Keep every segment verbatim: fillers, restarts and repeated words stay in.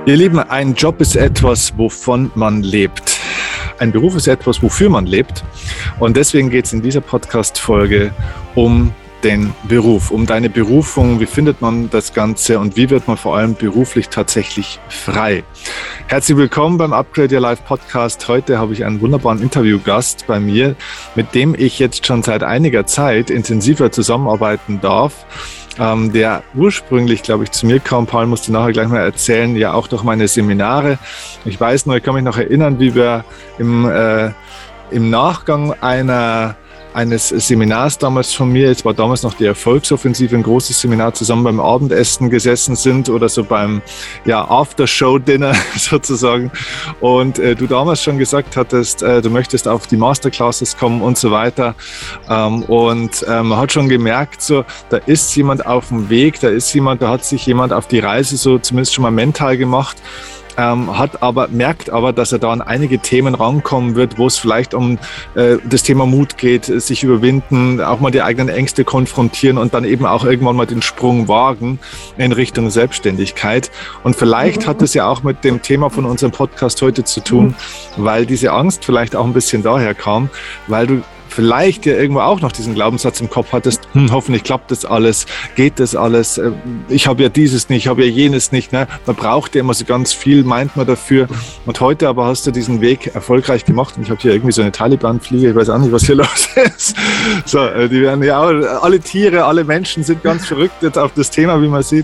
Ihr Lieben, ein Job ist etwas, wovon man lebt. Ein Beruf ist etwas, wofür man lebt. Und deswegen geht es in dieser Podcast-Folge um den Beruf, um deine Berufung. Wie findet man das Ganze und wie wird man vor allem beruflich tatsächlich frei? Herzlich willkommen beim Upgrade Your Life Podcast. Heute habe ich einen wunderbaren Interviewgast bei mir, mit dem ich jetzt schon seit einiger Zeit intensiver zusammenarbeiten darf. Ähm, der ursprünglich, glaube ich, zu mir kam, Paul musste nachher gleich mal erzählen, ja auch durch meine Seminare. Ich weiß nur, ich kann mich noch erinnern, wie wir im, äh, im Nachgang einer eines Seminars damals von mir, es war damals noch die Erfolgsoffensive, ein großes Seminar, zusammen beim Abendessen gesessen sind oder so beim ja, After-Show-Dinner sozusagen. Und äh, du damals schon gesagt hattest, äh, du möchtest auf die Masterclasses kommen und so weiter. Ähm, und äh, man hat schon gemerkt, so, da ist jemand auf dem Weg, da ist jemand, da hat sich jemand auf die Reise so zumindest schon mal mental gemacht. Ähm, hat aber, merkt aber, dass er da an einige Themen rankommen wird, wo es vielleicht um äh, das Thema Mut geht, sich überwinden, auch mal die eigenen Ängste konfrontieren und dann eben auch irgendwann mal den Sprung wagen in Richtung Selbstständigkeit. Und vielleicht hat es ja auch mit dem Thema von unserem Podcast heute zu tun, weil diese Angst vielleicht auch ein bisschen daher kam, weil du vielleicht ja irgendwo auch noch diesen Glaubenssatz im Kopf hattest, hm, hoffentlich klappt das alles, geht das alles, ich habe ja dieses nicht, ich habe ja jenes nicht. Ne? Man braucht ja immer so ganz viel, meint man dafür. Und heute aber hast du diesen Weg erfolgreich gemacht und ich habe hier irgendwie so eine Taliban-Fliege, ich weiß auch nicht, was hier los ist. So, die werden ja auch, alle Tiere, alle Menschen sind ganz verrückt jetzt auf das Thema, wie man sieht.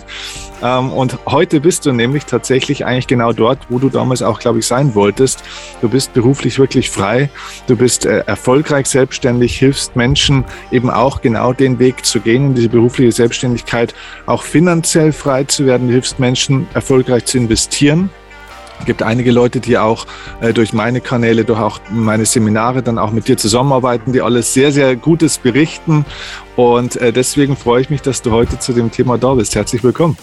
Und heute bist du nämlich tatsächlich eigentlich genau dort, wo du damals auch, glaube ich, sein wolltest. Du bist beruflich wirklich frei, du bist erfolgreich selbstständig, hilfst Menschen eben auch genau den Weg zu gehen in diese berufliche Selbstständigkeit, auch finanziell frei zu werden, du hilfst Menschen erfolgreich zu investieren. Es gibt einige Leute, die auch äh, durch meine Kanäle, durch auch meine Seminare dann auch mit dir zusammenarbeiten, die alles sehr, sehr Gutes berichten. Und äh, deswegen freue ich mich, dass du heute zu dem Thema da bist. Herzlich willkommen.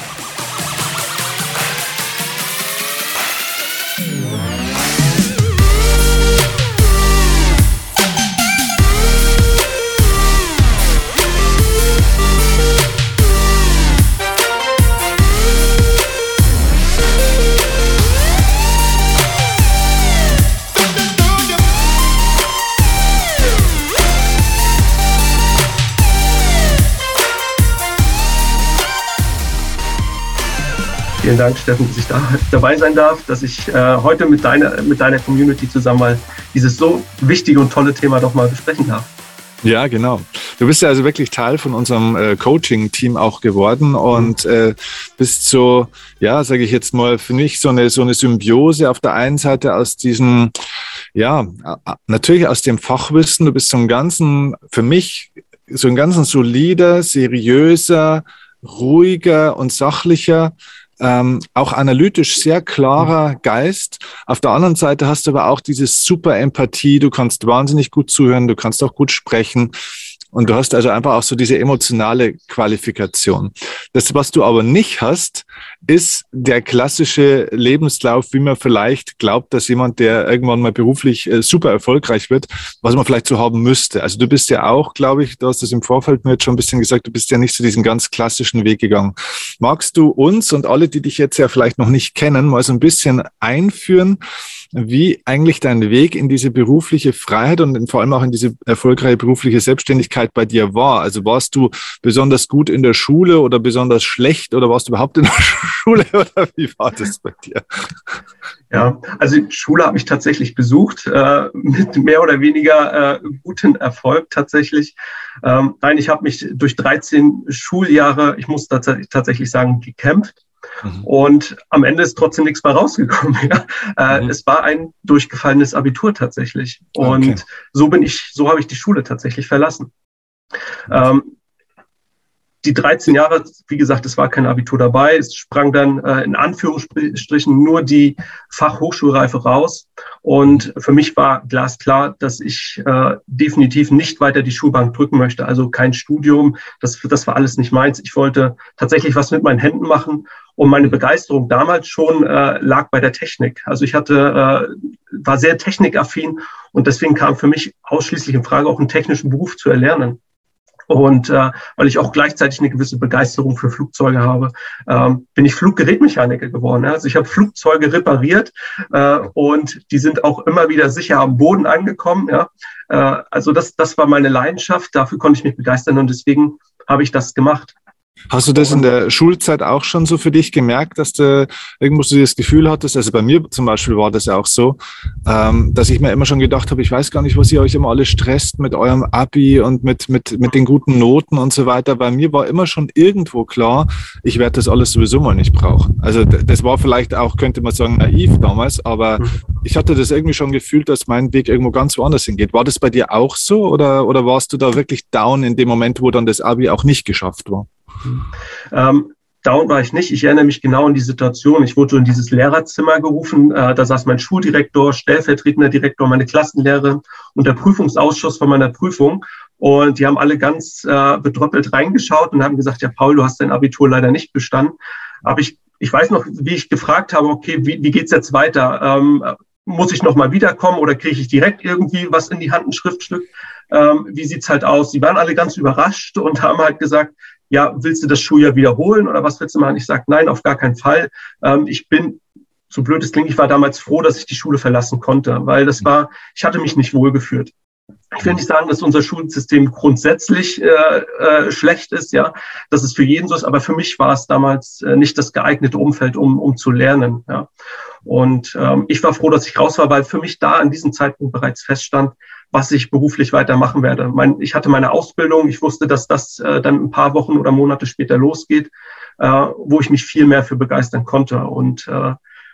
Vielen Dank, Steffen, dass ich da dabei sein darf, dass ich äh, heute mit deiner, mit deiner Community zusammen mal dieses so wichtige und tolle Thema doch mal besprechen darf. Ja, genau. Du bist ja also wirklich Teil von unserem äh, Coaching-Team auch geworden und äh, bist so, ja, sage ich jetzt mal, für mich so eine so eine Symbiose auf der einen Seite aus diesem, ja, natürlich aus dem Fachwissen. Du bist so ein ganzen, für mich so ein ganz solider, seriöser, ruhiger und sachlicher, Ähm, auch analytisch sehr klarer Geist. Auf der anderen Seite hast du aber auch diese super Empathie. Du kannst wahnsinnig gut zuhören, du kannst auch gut sprechen. Und du hast also einfach auch so diese emotionale Qualifikation. Das, was du aber nicht hast, ist der klassische Lebenslauf, wie man vielleicht glaubt, dass jemand, der irgendwann mal beruflich äh, super erfolgreich wird, was man vielleicht so haben müsste. Also du bist ja auch, glaube ich, du hast das im Vorfeld mir jetzt schon ein bisschen gesagt, du bist ja nicht so diesen ganz klassischen Weg gegangen. Magst du uns und alle, die dich jetzt ja vielleicht noch nicht kennen, mal so ein bisschen einführen, wie eigentlich dein Weg in diese berufliche Freiheit und vor allem auch in diese erfolgreiche berufliche Selbstständigkeit bei dir war? Also warst du besonders gut in der Schule oder besonders schlecht oder warst du überhaupt in der Schule oder wie war das bei dir? Ja, also Schule habe ich tatsächlich besucht, äh, mit mehr oder weniger äh, guten Erfolg tatsächlich. Ähm, nein, ich habe mich durch dreizehn Schuljahre, ich muss tats- tatsächlich sagen, gekämpft. Mhm. Und am Ende ist trotzdem nichts mehr rausgekommen. Ja. Äh, mhm. Es war ein durchgefallenes Abitur tatsächlich. Und okay. so bin ich, so habe ich die Schule tatsächlich verlassen. Mhm. Ähm, die dreizehn Jahre, wie gesagt, es war kein Abitur dabei. Es sprang dann äh, in Anführungsstrichen nur die Fachhochschulreife raus. Und für mich war glasklar, dass ich äh, definitiv nicht weiter die Schulbank drücken möchte. Also kein Studium, das, das war alles nicht meins. Ich wollte tatsächlich was mit meinen Händen machen. Und meine Begeisterung damals schon äh, lag bei der Technik. Also ich hatte, äh, war sehr technikaffin und deswegen kam für mich ausschließlich in Frage, auch einen technischen Beruf zu erlernen. Und äh, weil ich auch gleichzeitig eine gewisse Begeisterung für Flugzeuge habe, ähm, bin ich Fluggerätmechaniker geworden. Ja? Also ich habe Flugzeuge repariert äh, und die sind auch immer wieder sicher am Boden angekommen. Ja? Äh, also das, das war meine Leidenschaft, dafür konnte ich mich begeistern und deswegen habe ich das gemacht. Hast du das in der Schulzeit auch schon so für dich gemerkt, dass du irgendwo so das Gefühl hattest, also bei mir zum Beispiel war das ja auch so, ähm, dass ich mir immer schon gedacht habe, ich weiß gar nicht, was ihr euch immer alle stresst mit eurem Abi und mit, mit, mit den guten Noten und so weiter. Bei mir war immer schon irgendwo klar, ich werde das alles sowieso mal nicht brauchen. Also das war vielleicht auch, könnte man sagen, naiv damals, aber ich hatte das irgendwie schon gefühlt, dass mein Weg irgendwo ganz woanders hingeht. War das bei dir auch so oder, oder warst du da wirklich down in dem Moment, wo dann das Abi auch nicht geschafft war? Ähm, down war ich nicht. Ich erinnere mich genau an die Situation. Ich wurde so in dieses Lehrerzimmer gerufen. Äh, da saß mein Schuldirektor, stellvertretender Direktor, meine Klassenlehrerin und der Prüfungsausschuss von meiner Prüfung. Und die haben alle ganz äh, bedröppelt reingeschaut und haben gesagt, ja, Paul, du hast dein Abitur leider nicht bestanden. Aber ich, ich weiß noch, wie ich gefragt habe, okay, wie, wie geht's jetzt weiter? Ähm, muss ich nochmal wiederkommen oder kriege ich direkt irgendwie was in die Hand, ein Schriftstück? Ähm, wie sieht's halt aus? Die waren alle ganz überrascht und haben halt gesagt, ja, willst du das Schuljahr wiederholen oder was willst du machen? Ich sage, nein, auf gar keinen Fall. Ähm, ich bin, so blöd es klingt, ich war damals froh, dass ich die Schule verlassen konnte, weil das war, ich hatte mich nicht wohlgefühlt. Ich will nicht sagen, dass unser Schulsystem grundsätzlich äh, äh, schlecht ist, ja, dass es für jeden so ist, aber für mich war es damals äh, nicht das geeignete Umfeld, um, um zu lernen. Ja. Und ähm, ich war froh, dass ich raus war, weil für mich da an diesem Zeitpunkt bereits feststand, was ich beruflich weitermachen werde. Mein, ich hatte meine Ausbildung, ich wusste, dass das äh, dann ein paar Wochen oder Monate später losgeht, äh, wo ich mich viel mehr für begeistern konnte. Und, äh,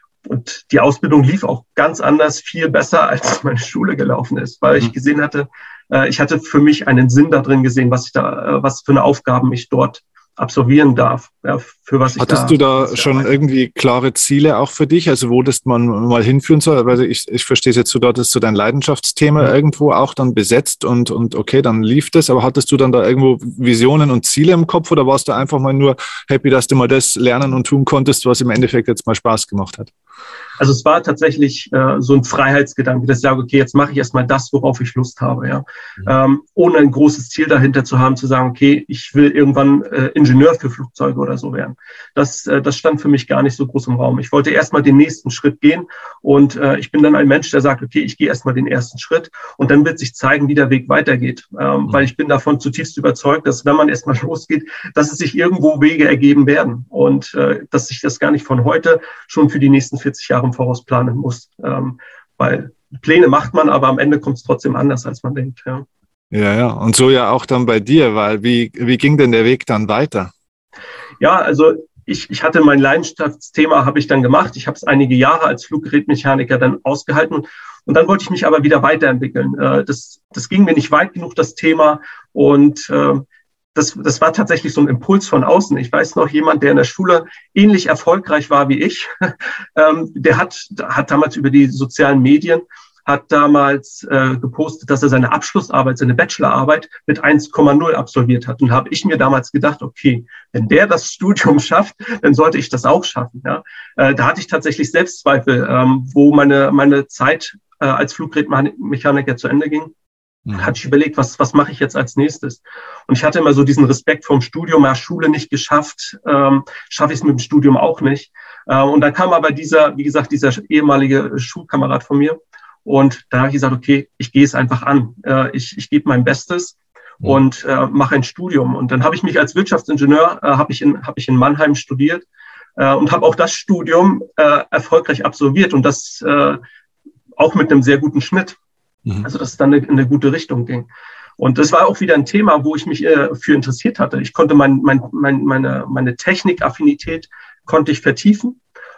und die Ausbildung lief auch ganz anders, viel besser, als meine Schule gelaufen ist, weil ich gesehen hatte, äh, ich hatte für mich einen Sinn da drin gesehen, was ich da, äh, was für eine Aufgaben ich dort absolvieren darf. Ja, für was ich Hattest da, du da schon irgendwie klare Ziele auch für dich? Also wo das man mal hinführen soll? Also ich, ich verstehe es jetzt so, dort ist so dein Leidenschaftsthema mhm. irgendwo auch dann besetzt und, und okay, dann lief das. Aber hattest du dann da irgendwo Visionen und Ziele im Kopf oder warst du einfach mal nur happy, dass du mal das lernen und tun konntest, was im Endeffekt jetzt mal Spaß gemacht hat? Also es war tatsächlich äh, so ein Freiheitsgedanke, dass ich sage, okay, jetzt mache ich erstmal das, worauf ich Lust habe, ja. Mhm. Ähm, ohne ein großes Ziel dahinter zu haben, zu sagen, okay, ich will irgendwann äh, Ingenieur für Flugzeuge oder so werden. Das, äh, das stand für mich gar nicht so groß im Raum. Ich wollte erstmal den nächsten Schritt gehen und äh, ich bin dann ein Mensch, der sagt, okay, ich gehe erstmal den ersten Schritt und dann wird sich zeigen, wie der Weg weitergeht. Ähm, mhm. Weil ich bin davon zutiefst überzeugt, dass wenn man erstmal losgeht, dass es sich irgendwo Wege ergeben werden und äh, dass sich das gar nicht von heute schon für die nächsten vierzig Jahre im Voraus planen muss. Ähm, weil Pläne macht man, aber am Ende kommt es trotzdem anders, als man denkt. Ja. ja, ja. Und so ja auch dann bei dir, weil wie, wie ging denn der Weg dann weiter? Ja, also ich, ich hatte mein Leidenschaftsthema, habe ich dann gemacht. Ich habe es einige Jahre als Fluggerätmechaniker dann ausgehalten. Und dann wollte ich mich aber wieder weiterentwickeln. Äh, das, das ging mir nicht weit genug, das Thema. Und äh, Das, das war tatsächlich so ein Impuls von außen. Ich weiß noch, jemand, der in der Schule ähnlich erfolgreich war wie ich, ähm, der hat, hat damals über die sozialen Medien, hat damals äh, gepostet, dass er seine Abschlussarbeit, seine Bachelorarbeit mit eins Komma null absolviert hat. Und habe ich mir damals gedacht, okay, wenn der das Studium schafft, dann sollte ich das auch schaffen. Ja? Äh, da hatte ich tatsächlich Selbstzweifel, ähm, wo meine, meine Zeit äh, als Fluggerätmechaniker zu Ende ging. Mhm. Hatte ich überlegt, was, was mache ich jetzt als nächstes? Und ich hatte immer so diesen Respekt vom Studium, ja, Schule nicht geschafft, ähm, schaffe ich es mit dem Studium auch nicht. Äh, und dann kam aber dieser, wie gesagt, dieser ehemalige Schulkamerad von mir. Und da habe ich gesagt, okay, ich gehe es einfach an. Äh, ich ich gebe mein Bestes mhm. und äh, mache ein Studium. Und dann habe ich mich als Wirtschaftsingenieur, äh, habe ich in, habe ich in Mannheim studiert äh, und habe auch das Studium äh, erfolgreich absolviert und das äh, auch mit einem sehr guten Schnitt. Also, dass es dann in eine gute Richtung ging. Und das war auch wieder ein Thema, wo ich mich äh, für interessiert hatte. Ich konnte mein, mein, mein, meine, meine Technikaffinität konnte ich vertiefen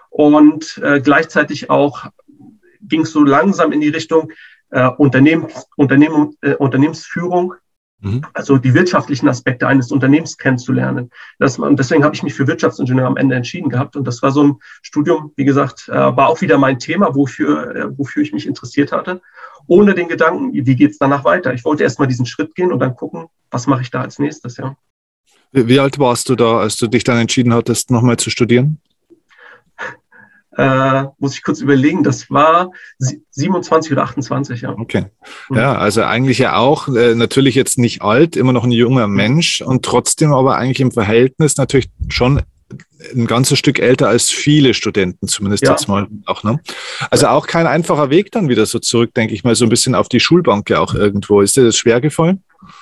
und äh, gleichzeitig auch ging es so langsam in die Richtung äh, Unternehmen, Unternehmen, äh, Unternehmensführung, mhm. also die wirtschaftlichen Aspekte eines Unternehmens kennenzulernen. Das, und deswegen habe ich mich für Wirtschaftsingenieur am Ende entschieden gehabt. Und das war so ein Studium, wie gesagt, äh, war auch wieder mein Thema, wofür, äh, wofür ich mich interessiert hatte. Ohne den Gedanken, wie geht's danach weiter? Ich wollte erst mal diesen Schritt gehen und dann gucken, was mache ich da als nächstes, ja. Wie alt warst du da, als du dich dann entschieden hattest, nochmal zu studieren? äh, muss ich kurz überlegen, das war siebenundzwanzig oder achtundzwanzig, ja. Okay. Ja, also eigentlich ja auch, äh, natürlich jetzt nicht alt, immer noch ein junger Mensch und trotzdem aber eigentlich im Verhältnis natürlich schon ein ganzes Stück älter als viele Studenten, zumindest ja. jetzt mal auch, ne? Also auch kein einfacher Weg dann wieder so zurück, denke ich mal, so ein bisschen auf die Schulbank ja auch irgendwo. Ist dir das schwer gefallen?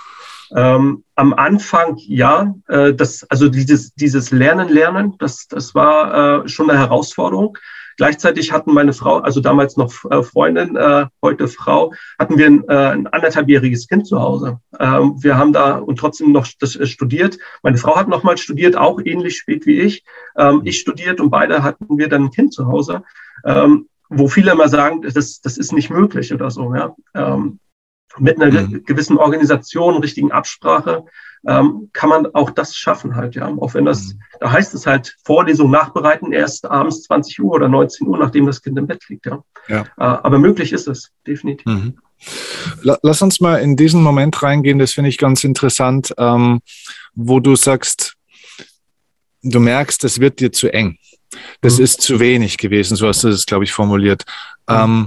Ähm, am Anfang ja, äh, das, also dieses, dieses Lernen, Lernen, das, das war äh, schon eine Herausforderung. Gleichzeitig hatten meine Frau, also damals noch äh, Freundin, äh, heute Frau, hatten wir ein, äh, ein anderthalbjähriges Kind zu Hause. Ähm, wir haben da und trotzdem noch das, äh, studiert. Meine Frau hat nochmal studiert, auch ähnlich spät wie ich. Ähm, ich studiert und beide hatten wir dann ein Kind zu Hause, ähm, wo viele immer sagen, das, das ist nicht möglich oder so. Ja. Ähm, mit einer mhm. gewissen Organisation, richtigen Absprache, ähm, kann man auch das schaffen halt, ja. Auch wenn das, mhm. da heißt es halt, Vorlesung nachbereiten, erst abends zwanzig Uhr oder neunzehn Uhr, nachdem das Kind im Bett liegt, ja. ja. Äh, aber möglich ist es, definitiv. Mhm. Lass uns mal in diesen Moment reingehen, das finde ich ganz interessant, ähm, wo du sagst, du merkst, das wird dir zu eng. Das mhm. ist zu wenig gewesen, so hast du das, glaube ich, formuliert. Mhm. Ähm,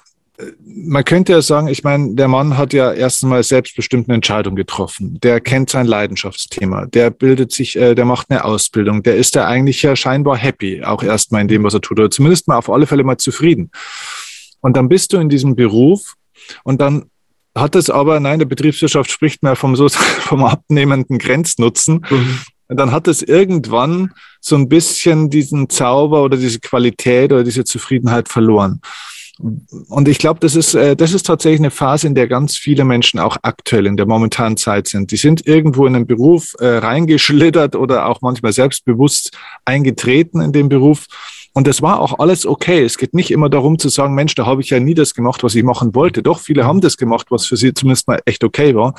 Man könnte ja sagen, ich meine, der Mann hat ja erst einmal selbstbestimmt eine Entscheidung getroffen. Der kennt sein Leidenschaftsthema. Der bildet sich, äh, der macht eine Ausbildung. Der ist ja eigentlich ja scheinbar happy, auch erstmal in dem, was er tut. Oder zumindest mal auf alle Fälle mal zufrieden. Und dann bist du in diesem Beruf und dann hat es aber, nein, der Betriebswirtschaft spricht mehr vom, so, vom abnehmenden Grenznutzen. Mhm. Und dann hat es irgendwann so ein bisschen diesen Zauber oder diese Qualität oder diese Zufriedenheit verloren. Und ich glaube, das ist, äh, das ist tatsächlich eine Phase, in der ganz viele Menschen auch aktuell in der momentanen Zeit sind. Die sind irgendwo in einen Beruf äh, reingeschlittert oder auch manchmal selbstbewusst eingetreten in den Beruf. Und das war auch alles okay. Es geht nicht immer darum zu sagen, Mensch, da habe ich ja nie das gemacht, was ich machen wollte. Doch, viele haben das gemacht, was für sie zumindest mal echt okay war.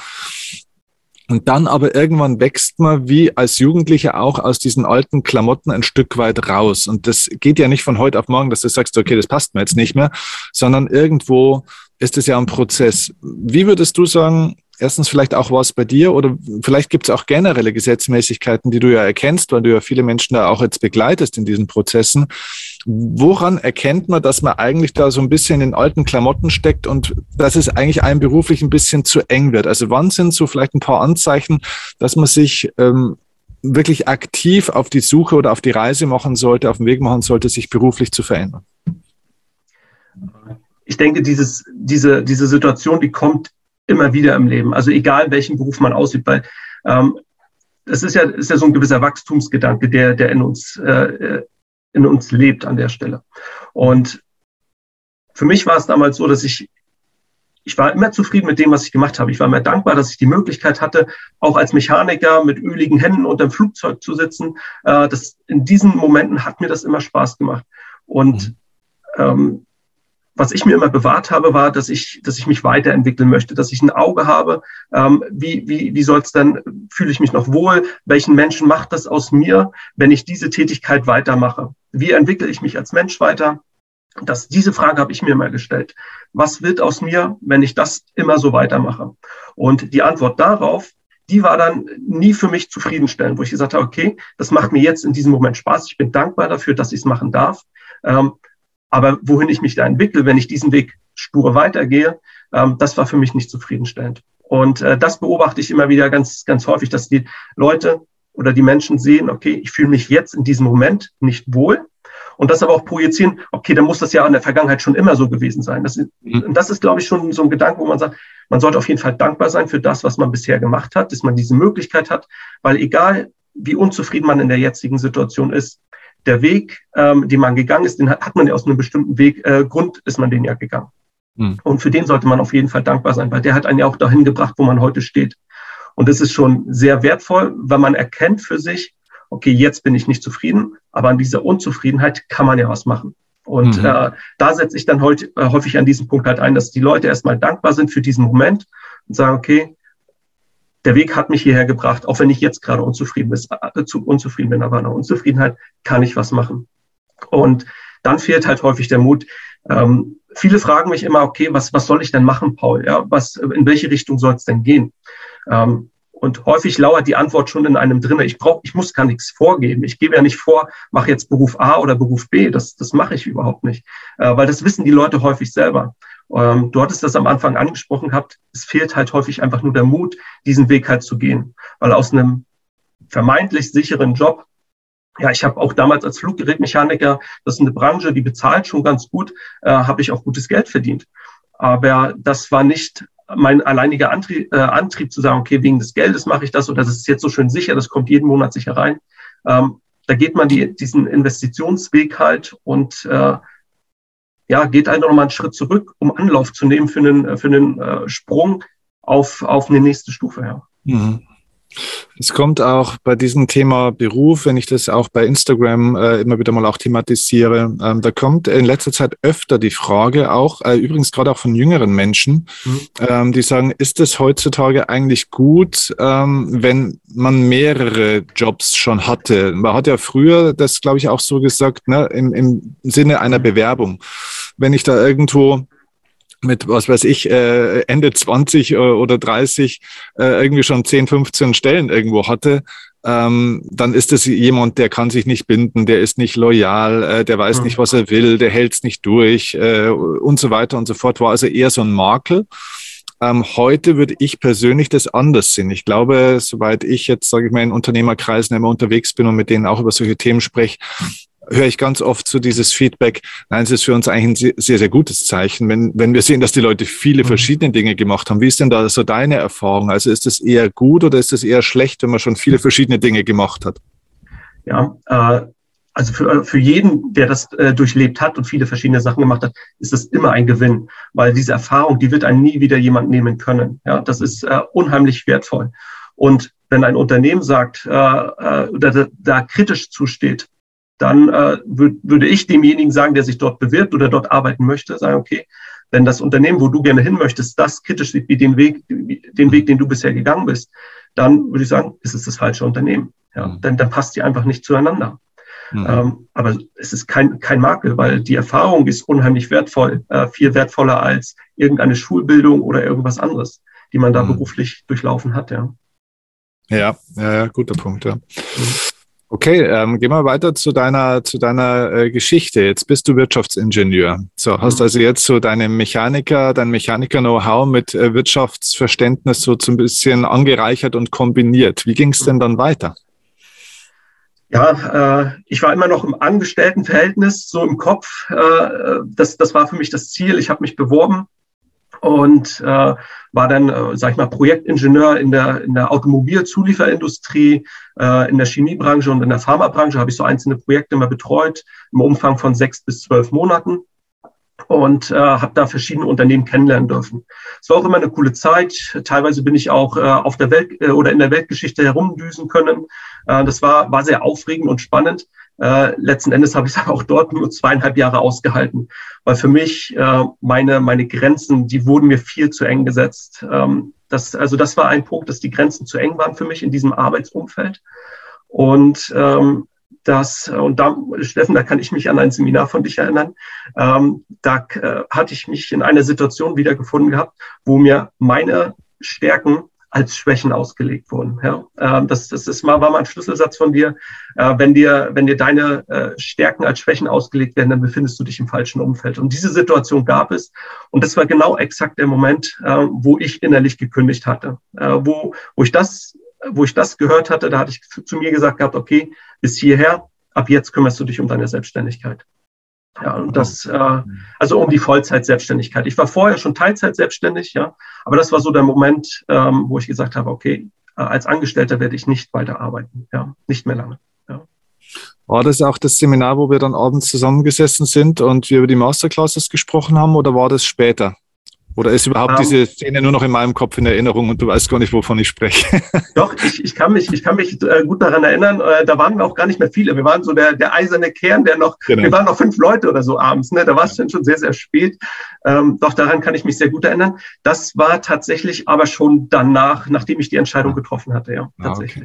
Und dann aber irgendwann wächst man wie als Jugendlicher auch aus diesen alten Klamotten ein Stück weit raus. Und das geht ja nicht von heute auf morgen, dass du sagst, okay, das passt mir jetzt nicht mehr, sondern irgendwo ist es ja ein Prozess. Wie würdest du sagen, erstens vielleicht auch was bei dir oder vielleicht gibt es auch generelle Gesetzmäßigkeiten, die du ja erkennst, weil du ja viele Menschen da auch jetzt begleitest in diesen Prozessen. Woran erkennt man, dass man eigentlich da so ein bisschen in alten Klamotten steckt und dass es eigentlich einem beruflich ein bisschen zu eng wird? Also wann sind so vielleicht ein paar Anzeichen, dass man sich ähm, wirklich aktiv auf die Suche oder auf die Reise machen sollte, auf den Weg machen sollte, sich beruflich zu verändern? Ich denke, dieses, diese, diese Situation, die kommt immer wieder im Leben. Also egal, welchen Beruf man ausübt, weil ähm, das ist ja, ist ja so ein gewisser Wachstumsgedanke, der, der in uns äh, in uns lebt an der Stelle. Und für mich war es damals so, dass ich, ich war immer zufrieden mit dem, was ich gemacht habe. Ich war immer dankbar, dass ich die Möglichkeit hatte, auch als Mechaniker mit öligen Händen unter dem Flugzeug zu sitzen. Äh, das, in diesen Momenten hat mir das immer Spaß gemacht. Und ähm, was ich mir immer bewahrt habe, war, dass ich, dass ich mich weiterentwickeln möchte, dass ich ein Auge habe. Ähm, wie, wie, wie soll es dann, fühle ich mich noch wohl? Welchen Menschen macht das aus mir, wenn ich diese Tätigkeit weitermache? Wie entwickle ich mich als Mensch weiter? Das, diese Frage habe ich mir mal gestellt. Was wird aus mir, wenn ich das immer so weitermache? Und die Antwort darauf, die war dann nie für mich zufriedenstellend, wo ich gesagt habe, okay, das macht mir jetzt in diesem Moment Spaß. Ich bin dankbar dafür, dass ich es machen darf. Ähm, Aber wohin ich mich da entwickle, wenn ich diesen Weg stur weitergehe, ähm, das war für mich nicht zufriedenstellend. Und äh, das beobachte ich immer wieder ganz, ganz häufig, dass die Leute oder die Menschen sehen, okay, ich fühle mich jetzt in diesem Moment nicht wohl. Und das aber auch projizieren, okay, dann muss das ja in der Vergangenheit schon immer so gewesen sein. Das ist, mhm. das ist, glaube ich, schon so ein Gedanke, wo man sagt, man sollte auf jeden Fall dankbar sein für das, was man bisher gemacht hat, dass man diese Möglichkeit hat, weil egal, wie unzufrieden man in der jetzigen Situation ist, der Weg, ähm, den man gegangen ist, den hat, hat man ja aus einem bestimmten Weg, äh, Grund ist man den ja gegangen. Mhm. Und für den sollte man auf jeden Fall dankbar sein, weil der hat einen ja auch dahin gebracht, wo man heute steht. Und das ist schon sehr wertvoll, weil man erkennt für sich, okay, jetzt bin ich nicht zufrieden, aber an dieser Unzufriedenheit kann man ja was machen. Und mhm. äh, da setze ich dann heute, äh, häufig an diesem Punkt halt ein, dass die Leute erstmal dankbar sind für diesen Moment und sagen, okay, der Weg hat mich hierher gebracht, auch wenn ich jetzt gerade unzufrieden bin, äh, zu unzufrieden bin, aber an der Unzufriedenheit kann ich was machen. Und dann fehlt halt häufig der Mut. Ähm, viele fragen mich immer, okay, was, was soll ich denn machen, Paul? Ja, was, in welche Richtung soll es denn gehen? Ähm, Und häufig lauert die Antwort schon in einem drin. Ich brauche, ich muss gar nichts vorgeben. Ich gebe ja nicht vor, mache jetzt Beruf A oder Beruf B. Das, das mache ich überhaupt nicht, äh, weil das wissen die Leute häufig selber. Ähm, du hattest das am Anfang angesprochen gehabt. Es fehlt halt häufig einfach nur der Mut, diesen Weg halt zu gehen, weil aus einem vermeintlich sicheren Job, ja, ich habe auch damals als Fluggerätmechaniker, das ist eine Branche, die bezahlt schon ganz gut, äh, habe ich auch gutes Geld verdient. Aber das war nicht mein alleiniger Antrieb, äh, Antrieb zu sagen, okay, wegen des Geldes mache ich das oder das ist jetzt so schön sicher, das kommt jeden Monat sicher rein. Ähm, da geht man die, diesen Investitionsweg halt und äh, ja, geht halt noch mal einen Schritt zurück, um Anlauf zu nehmen für einen, für einen äh, Sprung auf, auf eine nächste Stufe. Ja. Mhm. Es kommt auch bei diesem Thema Beruf, wenn ich das auch bei Instagram äh, immer wieder mal auch thematisiere, ähm, da kommt in letzter Zeit öfter die Frage auch, äh, übrigens gerade auch von jüngeren Menschen, mhm. ähm, die sagen, ist es heutzutage eigentlich gut, ähm, wenn man mehrere Jobs schon hatte? Man hat ja früher das, glaube ich, auch so gesagt, ne, im, im Sinne einer Bewerbung. Wenn ich da irgendwo mit, was weiß ich, äh, Ende zwanzig oder dreißig äh, irgendwie schon zehn, fünfzehn Stellen irgendwo hatte, ähm, dann ist es jemand, der kann sich nicht binden, der ist nicht loyal, äh, der weiß mhm. nicht, was er will, der hält es nicht durch äh, und so weiter und so fort. War also eher so ein Makel. Ähm, heute würde ich persönlich das anders sehen. Ich glaube, soweit ich jetzt, sage ich mal, in Unternehmerkreisen immer unterwegs bin und mit denen auch über solche Themen spreche, höre ich ganz oft so dieses Feedback, nein, es ist für uns eigentlich ein sehr, sehr gutes Zeichen, wenn, wenn wir sehen, dass die Leute viele verschiedene Dinge gemacht haben. Wie ist denn da so deine Erfahrung? Also ist es eher gut oder ist es eher schlecht, wenn man schon viele verschiedene Dinge gemacht hat? Ja, äh, also für, für jeden, der das äh, durchlebt hat und viele verschiedene Sachen gemacht hat, ist das immer ein Gewinn, weil diese Erfahrung, die wird einem nie wieder jemand nehmen können. Ja, das ist äh, unheimlich wertvoll. Und wenn ein Unternehmen sagt, äh, äh, oder da, da kritisch zusteht, dann äh, würd, würde ich demjenigen sagen, der sich dort bewirbt oder dort arbeiten möchte, sagen, okay, wenn das Unternehmen, wo du gerne hin möchtest, das kritisch sieht wie den Weg, den Weg, den du bisher gegangen bist, dann würde ich sagen, ist es das falsche Unternehmen. Ja, mhm. dann, dann passt die einfach nicht zueinander. Mhm. Ähm, aber es ist kein, kein Makel, weil die Erfahrung ist unheimlich wertvoll, äh, viel wertvoller als irgendeine Schulbildung oder irgendwas anderes, die man da mhm. beruflich durchlaufen hat. Ja, ja, ja, ja guter Punkt, ja. Mhm. Okay, ähm, gehen wir weiter zu deiner, zu deiner äh, Geschichte. Jetzt bist du Wirtschaftsingenieur. So, hast also jetzt so deine Mechaniker, dein Mechaniker-Know-how mit äh, Wirtschaftsverständnis so so ein bisschen angereichert und kombiniert. Wie ging es denn dann weiter? Ja, äh, ich war immer noch im Angestelltenverhältnis, so im Kopf. Äh, das, das war für mich das Ziel. Ich habe mich beworben und äh, war dann, äh, sag ich mal, Projektingenieur in der in der Automobilzulieferindustrie, äh, in der Chemiebranche und in der Pharmabranche habe ich so einzelne Projekte immer betreut im Umfang von sechs bis zwölf Monaten und äh, habe da verschiedene Unternehmen kennenlernen dürfen. Es war auch immer eine coole Zeit. Teilweise bin ich auch äh, auf der Welt äh, oder in der Weltgeschichte herumdüsen können. Äh, das war war sehr aufregend und spannend. Äh, letzten Endes habe ich es auch dort nur zweieinhalb Jahre ausgehalten, weil für mich äh, meine meine Grenzen, die wurden mir viel zu eng gesetzt. Ähm, das, also das war ein Punkt, dass die Grenzen zu eng waren für mich in diesem Arbeitsumfeld. Und ähm, das und da, Steffen, da kann ich mich an ein Seminar von dich erinnern. Ähm, da äh, hatte ich mich in einer Situation wiedergefunden gehabt, wo mir meine Stärken als Schwächen ausgelegt wurden. Ja, äh, das, das ist mal, war mal ein Schlüsselsatz von dir. Äh, wenn dir, wenn dir deine äh, Stärken als Schwächen ausgelegt werden, dann befindest du dich im falschen Umfeld. Und diese Situation gab es. Und das war genau exakt der Moment, äh, wo ich innerlich gekündigt hatte. Äh, wo, wo ich das, wo ich das gehört hatte, da hatte ich zu, zu mir gesagt gehabt, okay, bis hierher, ab jetzt kümmerst du dich um deine Selbstständigkeit. Ja, und das, äh, also um die Vollzeit-Selbstständigkeit. Ich war vorher schon Teilzeit selbstständig, ja, aber das war so der Moment, ähm, wo ich gesagt habe, okay, äh, als Angestellter werde ich nicht weiter arbeiten, ja, nicht mehr lange. Ja. War das auch das Seminar, wo wir dann abends zusammengesessen sind und wir über die Masterclasses gesprochen haben, oder war das später? Oder ist überhaupt um, diese Szene nur noch in meinem Kopf in Erinnerung und du weißt gar nicht, wovon ich spreche? Doch, ich, ich kann mich, ich kann mich äh, gut daran erinnern. Äh, da waren wir auch gar nicht mehr viele. Wir waren so der, der eiserne Kern, der noch, genau. Wir waren noch fünf Leute oder so abends. Ne? Da war es dann schon sehr, sehr spät. Ähm, doch daran kann ich mich sehr gut erinnern. Das war tatsächlich aber schon danach, nachdem ich die Entscheidung getroffen hatte. Ja, tatsächlich.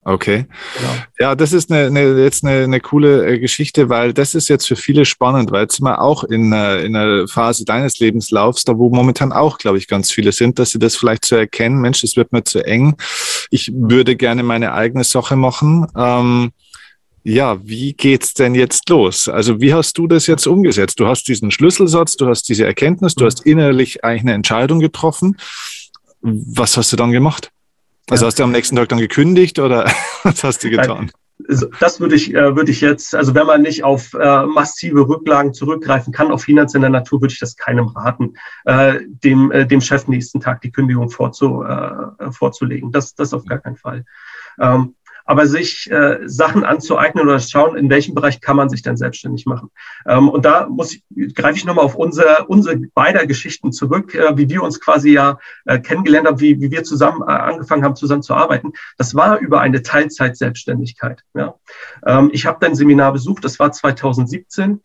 Okay. Genau. Ja, das ist eine, eine, jetzt eine, eine coole äh, Geschichte, weil das ist jetzt für viele spannend, weil jetzt sind wir auch in, äh, in einer Phase deines Lebenslaufs, da wo momentan auch, glaube ich, ganz viele sind, dass sie das vielleicht zu erkennen, Mensch, das wird mir zu eng. Ich würde gerne meine eigene Sache machen. Ähm, ja, wie geht's denn jetzt los? Also wie hast du das jetzt umgesetzt? Du hast diesen Schlüsselsatz, du hast diese Erkenntnis, du hast innerlich eigentlich eine Entscheidung getroffen. Was hast du dann gemacht? Also hast du am nächsten Tag dann gekündigt oder was hast du getan? Das würde ich, äh, würde ich jetzt, also wenn man nicht auf äh, massive Rücklagen zurückgreifen kann, auf finanzieller Natur, würde ich das keinem raten, äh, dem, äh, dem Chef nächsten Tag die Kündigung vorzu, äh, vorzulegen. Das, das auf gar keinen Fall. Ähm, aber sich äh, Sachen anzueignen oder schauen, in welchem Bereich kann man sich dann selbstständig machen. Ähm, und da muss ich, greife ich nochmal auf unsere, unsere beider Geschichten zurück, äh, wie wir uns quasi ja äh, kennengelernt haben, wie, wie wir zusammen äh, angefangen haben, zusammen zu arbeiten. Das war über eine Teilzeit-Selbstständigkeit. Ja. Ähm, ich habe dein Seminar besucht, das war zweitausendsiebzehn.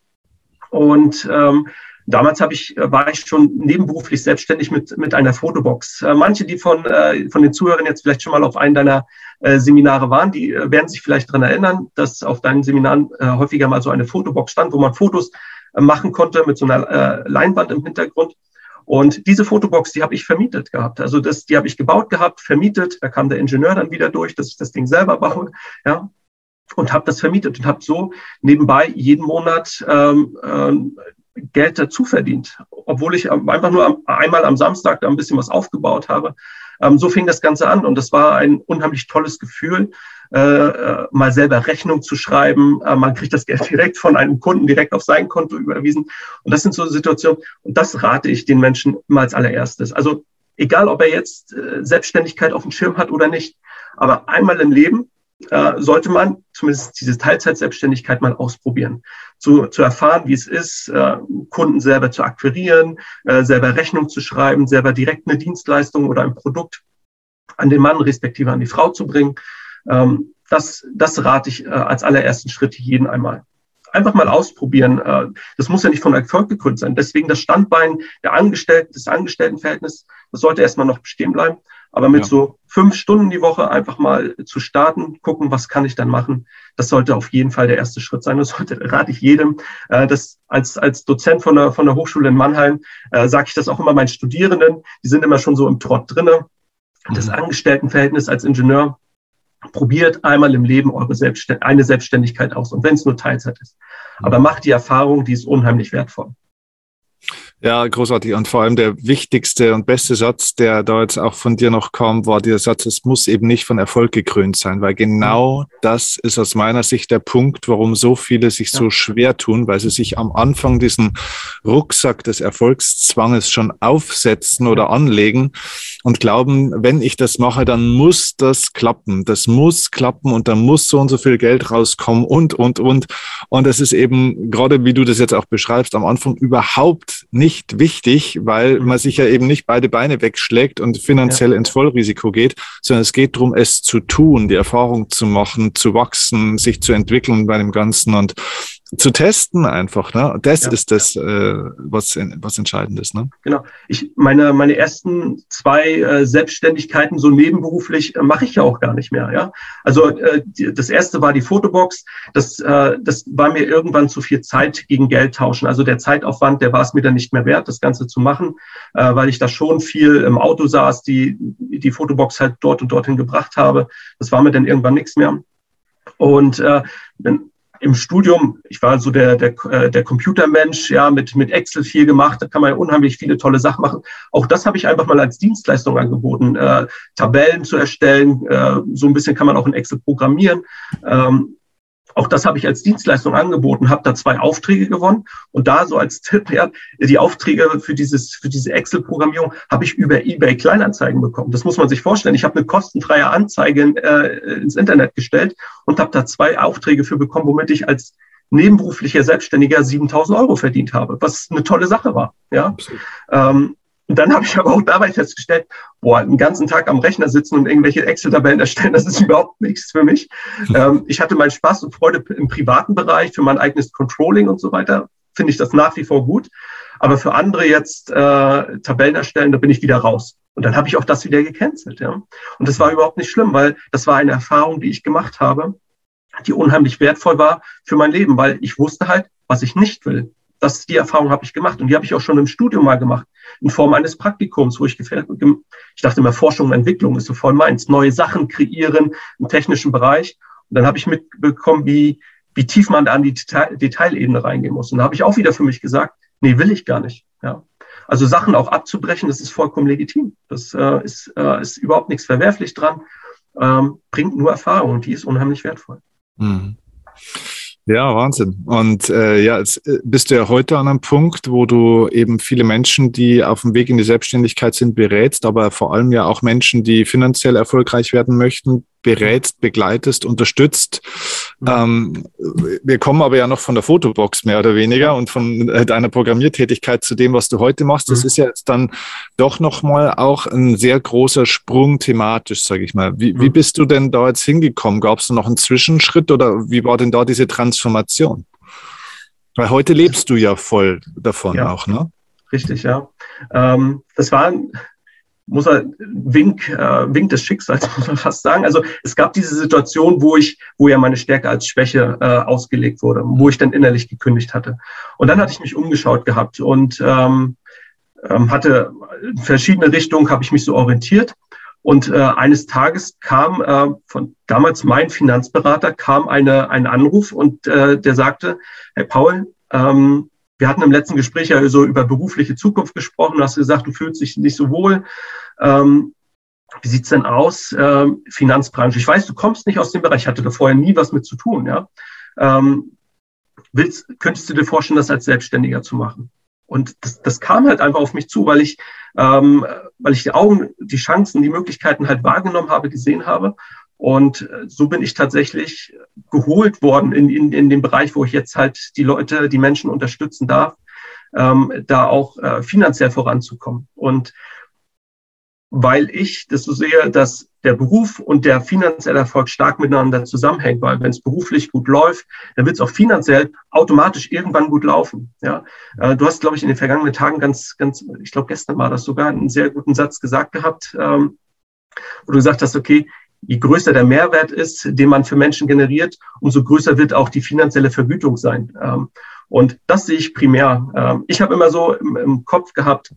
Und ähm, damals habe ich, war ich schon nebenberuflich selbstständig mit, mit einer Fotobox. Äh, manche, die von, äh, von den Zuhörern jetzt vielleicht schon mal auf einen deiner äh, Seminare waren, die äh, werden sich vielleicht daran erinnern, dass auf deinen Seminaren äh, häufiger mal so eine Fotobox stand, wo man Fotos äh, machen konnte mit so einer äh, Leinwand im Hintergrund. Und diese Fotobox, die habe ich vermietet gehabt. Also das, die habe ich gebaut gehabt, vermietet. Da kam der Ingenieur dann wieder durch, dass ich das Ding selber baue. Ja. Und habe das vermietet und habe so nebenbei jeden Monat ähm, ähm, Geld dazu verdient, obwohl ich einfach nur am, einmal am Samstag da ein bisschen was aufgebaut habe. Ähm, so fing das Ganze an und das war ein unheimlich tolles Gefühl, äh, äh, mal selber Rechnung zu schreiben. Äh, man kriegt das Geld direkt von einem Kunden direkt auf sein Konto überwiesen und das sind so Situationen und das rate ich den Menschen immer als allererstes. Also egal, ob er jetzt äh, Selbstständigkeit auf dem Schirm hat oder nicht, aber einmal im Leben äh, sollte man zumindest diese Teilzeitselbstständigkeit mal ausprobieren, zu, zu erfahren, wie es ist, äh, Kunden selber zu akquirieren, äh, selber Rechnung zu schreiben, selber direkt eine Dienstleistung oder ein Produkt an den Mann respektive an die Frau zu bringen. Ähm, das, das rate ich äh, als allerersten Schritt jeden einmal. Einfach mal ausprobieren. Äh, das muss ja nicht von Erfolg gekrönt sein. Deswegen das Standbein der Angestellten, des Angestelltenverhältnisses, das sollte erstmal noch bestehen bleiben. Aber mit ja. so fünf Stunden die Woche einfach mal zu starten, gucken, was kann ich dann machen. Das sollte auf jeden Fall der erste Schritt sein. Das sollte, rate ich jedem. Äh, das als, als Dozent von der, von der Hochschule in Mannheim äh, sage ich das auch immer meinen Studierenden. Die sind immer schon so im Trott drinne. Das Angestelltenverhältnis als Ingenieur. Probiert einmal im Leben eure Selbstständ- eine Selbstständigkeit aus. Und wenn es nur Teilzeit ist. Aber macht die Erfahrung, die ist unheimlich wertvoll. Ja, großartig. Und vor allem der wichtigste und beste Satz, der da jetzt auch von dir noch kam, war der Satz, es muss eben nicht von Erfolg gekrönt sein, weil genau das ist aus meiner Sicht der Punkt, warum so viele sich so schwer tun, weil sie sich am Anfang diesen Rucksack des Erfolgszwanges schon aufsetzen oder anlegen und glauben, wenn ich das mache, dann muss das klappen. Das muss klappen und dann muss so und so viel Geld rauskommen und, und, und. Und das ist eben, gerade wie du das jetzt auch beschreibst, am Anfang überhaupt nicht Nicht wichtig, weil man sich ja eben nicht beide Beine wegschlägt und finanziell ja. ins Vollrisiko geht, sondern es geht darum, es zu tun, die Erfahrung zu machen, zu wachsen, sich zu entwickeln bei dem Ganzen und zu testen einfach. Ne? Das ja. ist das, äh, was, was entscheidend ist. Ne? Genau. Ich meine, meine ersten zwei äh, Selbstständigkeiten so nebenberuflich äh, mache ich ja auch gar nicht mehr. Ja, also äh, die, das erste war die Fotobox. Das, äh, das war mir irgendwann zu viel Zeit gegen Geld tauschen. Also der Zeitaufwand, der war es mir dann nicht mehr wert, das Ganze zu machen, äh, weil ich da schon viel im Auto saß, die die Fotobox halt dort und dorthin gebracht habe. Das war mir dann irgendwann nichts mehr. Und äh, wenn im Studium, ich war so der, der, der Computermensch, ja, mit, mit Excel viel gemacht, da kann man ja unheimlich viele tolle Sachen machen. Auch das habe ich einfach mal als Dienstleistung angeboten, äh, Tabellen zu erstellen, äh, so ein bisschen kann man auch in Excel programmieren. Ähm, auch das habe ich als Dienstleistung angeboten, habe da zwei Aufträge gewonnen und da so als Tipp, ja, die Aufträge für dieses für diese Excel-Programmierung habe ich über eBay Kleinanzeigen bekommen. Das muss man sich vorstellen. Ich habe eine kostenfreie Anzeige in, äh, ins Internet gestellt und habe da zwei Aufträge für bekommen, womit ich als nebenberuflicher Selbstständiger siebentausend Euro verdient habe, was eine tolle Sache war. Ja. Ähm, Und dann habe ich aber auch dabei festgestellt, boah, den ganzen Tag am Rechner sitzen und irgendwelche Excel-Tabellen erstellen, das ist überhaupt nichts für mich. ähm, ich hatte meinen Spaß und Freude im privaten Bereich, für mein eigenes Controlling und so weiter, finde ich das nach wie vor gut. Aber für andere jetzt äh, Tabellen erstellen, da bin ich wieder raus. Und dann habe ich auch das wieder gecancelt. Ja? Und das war überhaupt nicht schlimm, weil das war eine Erfahrung, die ich gemacht habe, die unheimlich wertvoll war für mein Leben, weil ich wusste halt, was ich nicht will. Das, die Erfahrung habe ich gemacht. Und die habe ich auch schon im Studium mal gemacht, in Form eines Praktikums, wo ich gefällt, ich dachte immer, Forschung und Entwicklung ist so voll meins, neue Sachen kreieren im technischen Bereich. Und dann habe ich mitbekommen, wie, wie tief man da an die Detail, Detailebene reingehen muss. Und da habe ich auch wieder für mich gesagt, nee, will ich gar nicht. Ja. Also Sachen auch abzubrechen, das ist vollkommen legitim. Das äh, ist, äh, ist überhaupt nichts verwerflich dran, ähm, bringt nur Erfahrung und die ist unheimlich wertvoll. Mhm. Ja, Wahnsinn. Und äh, ja, jetzt bist du ja heute an einem Punkt, wo du eben viele Menschen, die auf dem Weg in die Selbstständigkeit sind, berätst, aber vor allem ja auch Menschen, die finanziell erfolgreich werden möchten, berätst, begleitest, unterstützt. Ähm, wir kommen aber ja noch von der Fotobox mehr oder weniger und von äh, deiner Programmiertätigkeit zu dem, was du heute machst. Das mhm. ist ja jetzt dann doch nochmal auch ein sehr großer Sprung thematisch, sage ich mal. Wie, mhm. wie bist du denn da jetzt hingekommen? Gab es da noch einen Zwischenschritt oder wie war denn da diese Transformation? Weil heute lebst du ja voll davon ja, auch, ne? Richtig, ja. Ähm, das war ein muss er Wink, äh, Wink des Schicksals, muss man fast sagen. Also es gab diese Situation, wo ich, wo ja meine Stärke als Schwäche äh, ausgelegt wurde, wo ich dann innerlich gekündigt hatte. Und dann hatte ich mich umgeschaut gehabt und ähm, ähm, hatte in verschiedene Richtungen, habe ich mich so orientiert. Und äh, eines Tages kam äh, von damals mein Finanzberater, kam eine, ein Anruf und äh, der sagte, Herr Paul, ähm, wir hatten im letzten Gespräch ja so über berufliche Zukunft gesprochen. Du hast gesagt, du fühlst dich nicht so wohl. Ähm, wie sieht's denn aus? Ähm, Finanzbranche. Ich weiß, du kommst nicht aus dem Bereich. Ich hatte da vorher nie was mit zu tun. Ja? Ähm, willst, könntest du dir vorstellen, das als Selbstständiger zu machen? Und das, das kam halt einfach auf mich zu, weil ich, ähm, weil ich die Augen, die Chancen, die Möglichkeiten halt wahrgenommen habe, gesehen habe. Und so bin ich tatsächlich geholt worden in, in, in dem Bereich, wo ich jetzt halt die Leute, die Menschen unterstützen darf, ähm, da auch äh, finanziell voranzukommen. Und weil ich das so sehe, dass der Beruf und der finanzielle Erfolg stark miteinander zusammenhängt, weil wenn es beruflich gut läuft, dann wird es auch finanziell automatisch irgendwann gut laufen. Ja, äh, du hast, glaube ich, in den vergangenen Tagen ganz, ganz, ich glaube gestern war das sogar, einen sehr guten Satz gesagt gehabt, ähm, wo du gesagt hast, okay, je größer der Mehrwert ist, den man für Menschen generiert, umso größer wird auch die finanzielle Vergütung sein. Und das sehe ich primär. Ich habe immer so im Kopf gehabt,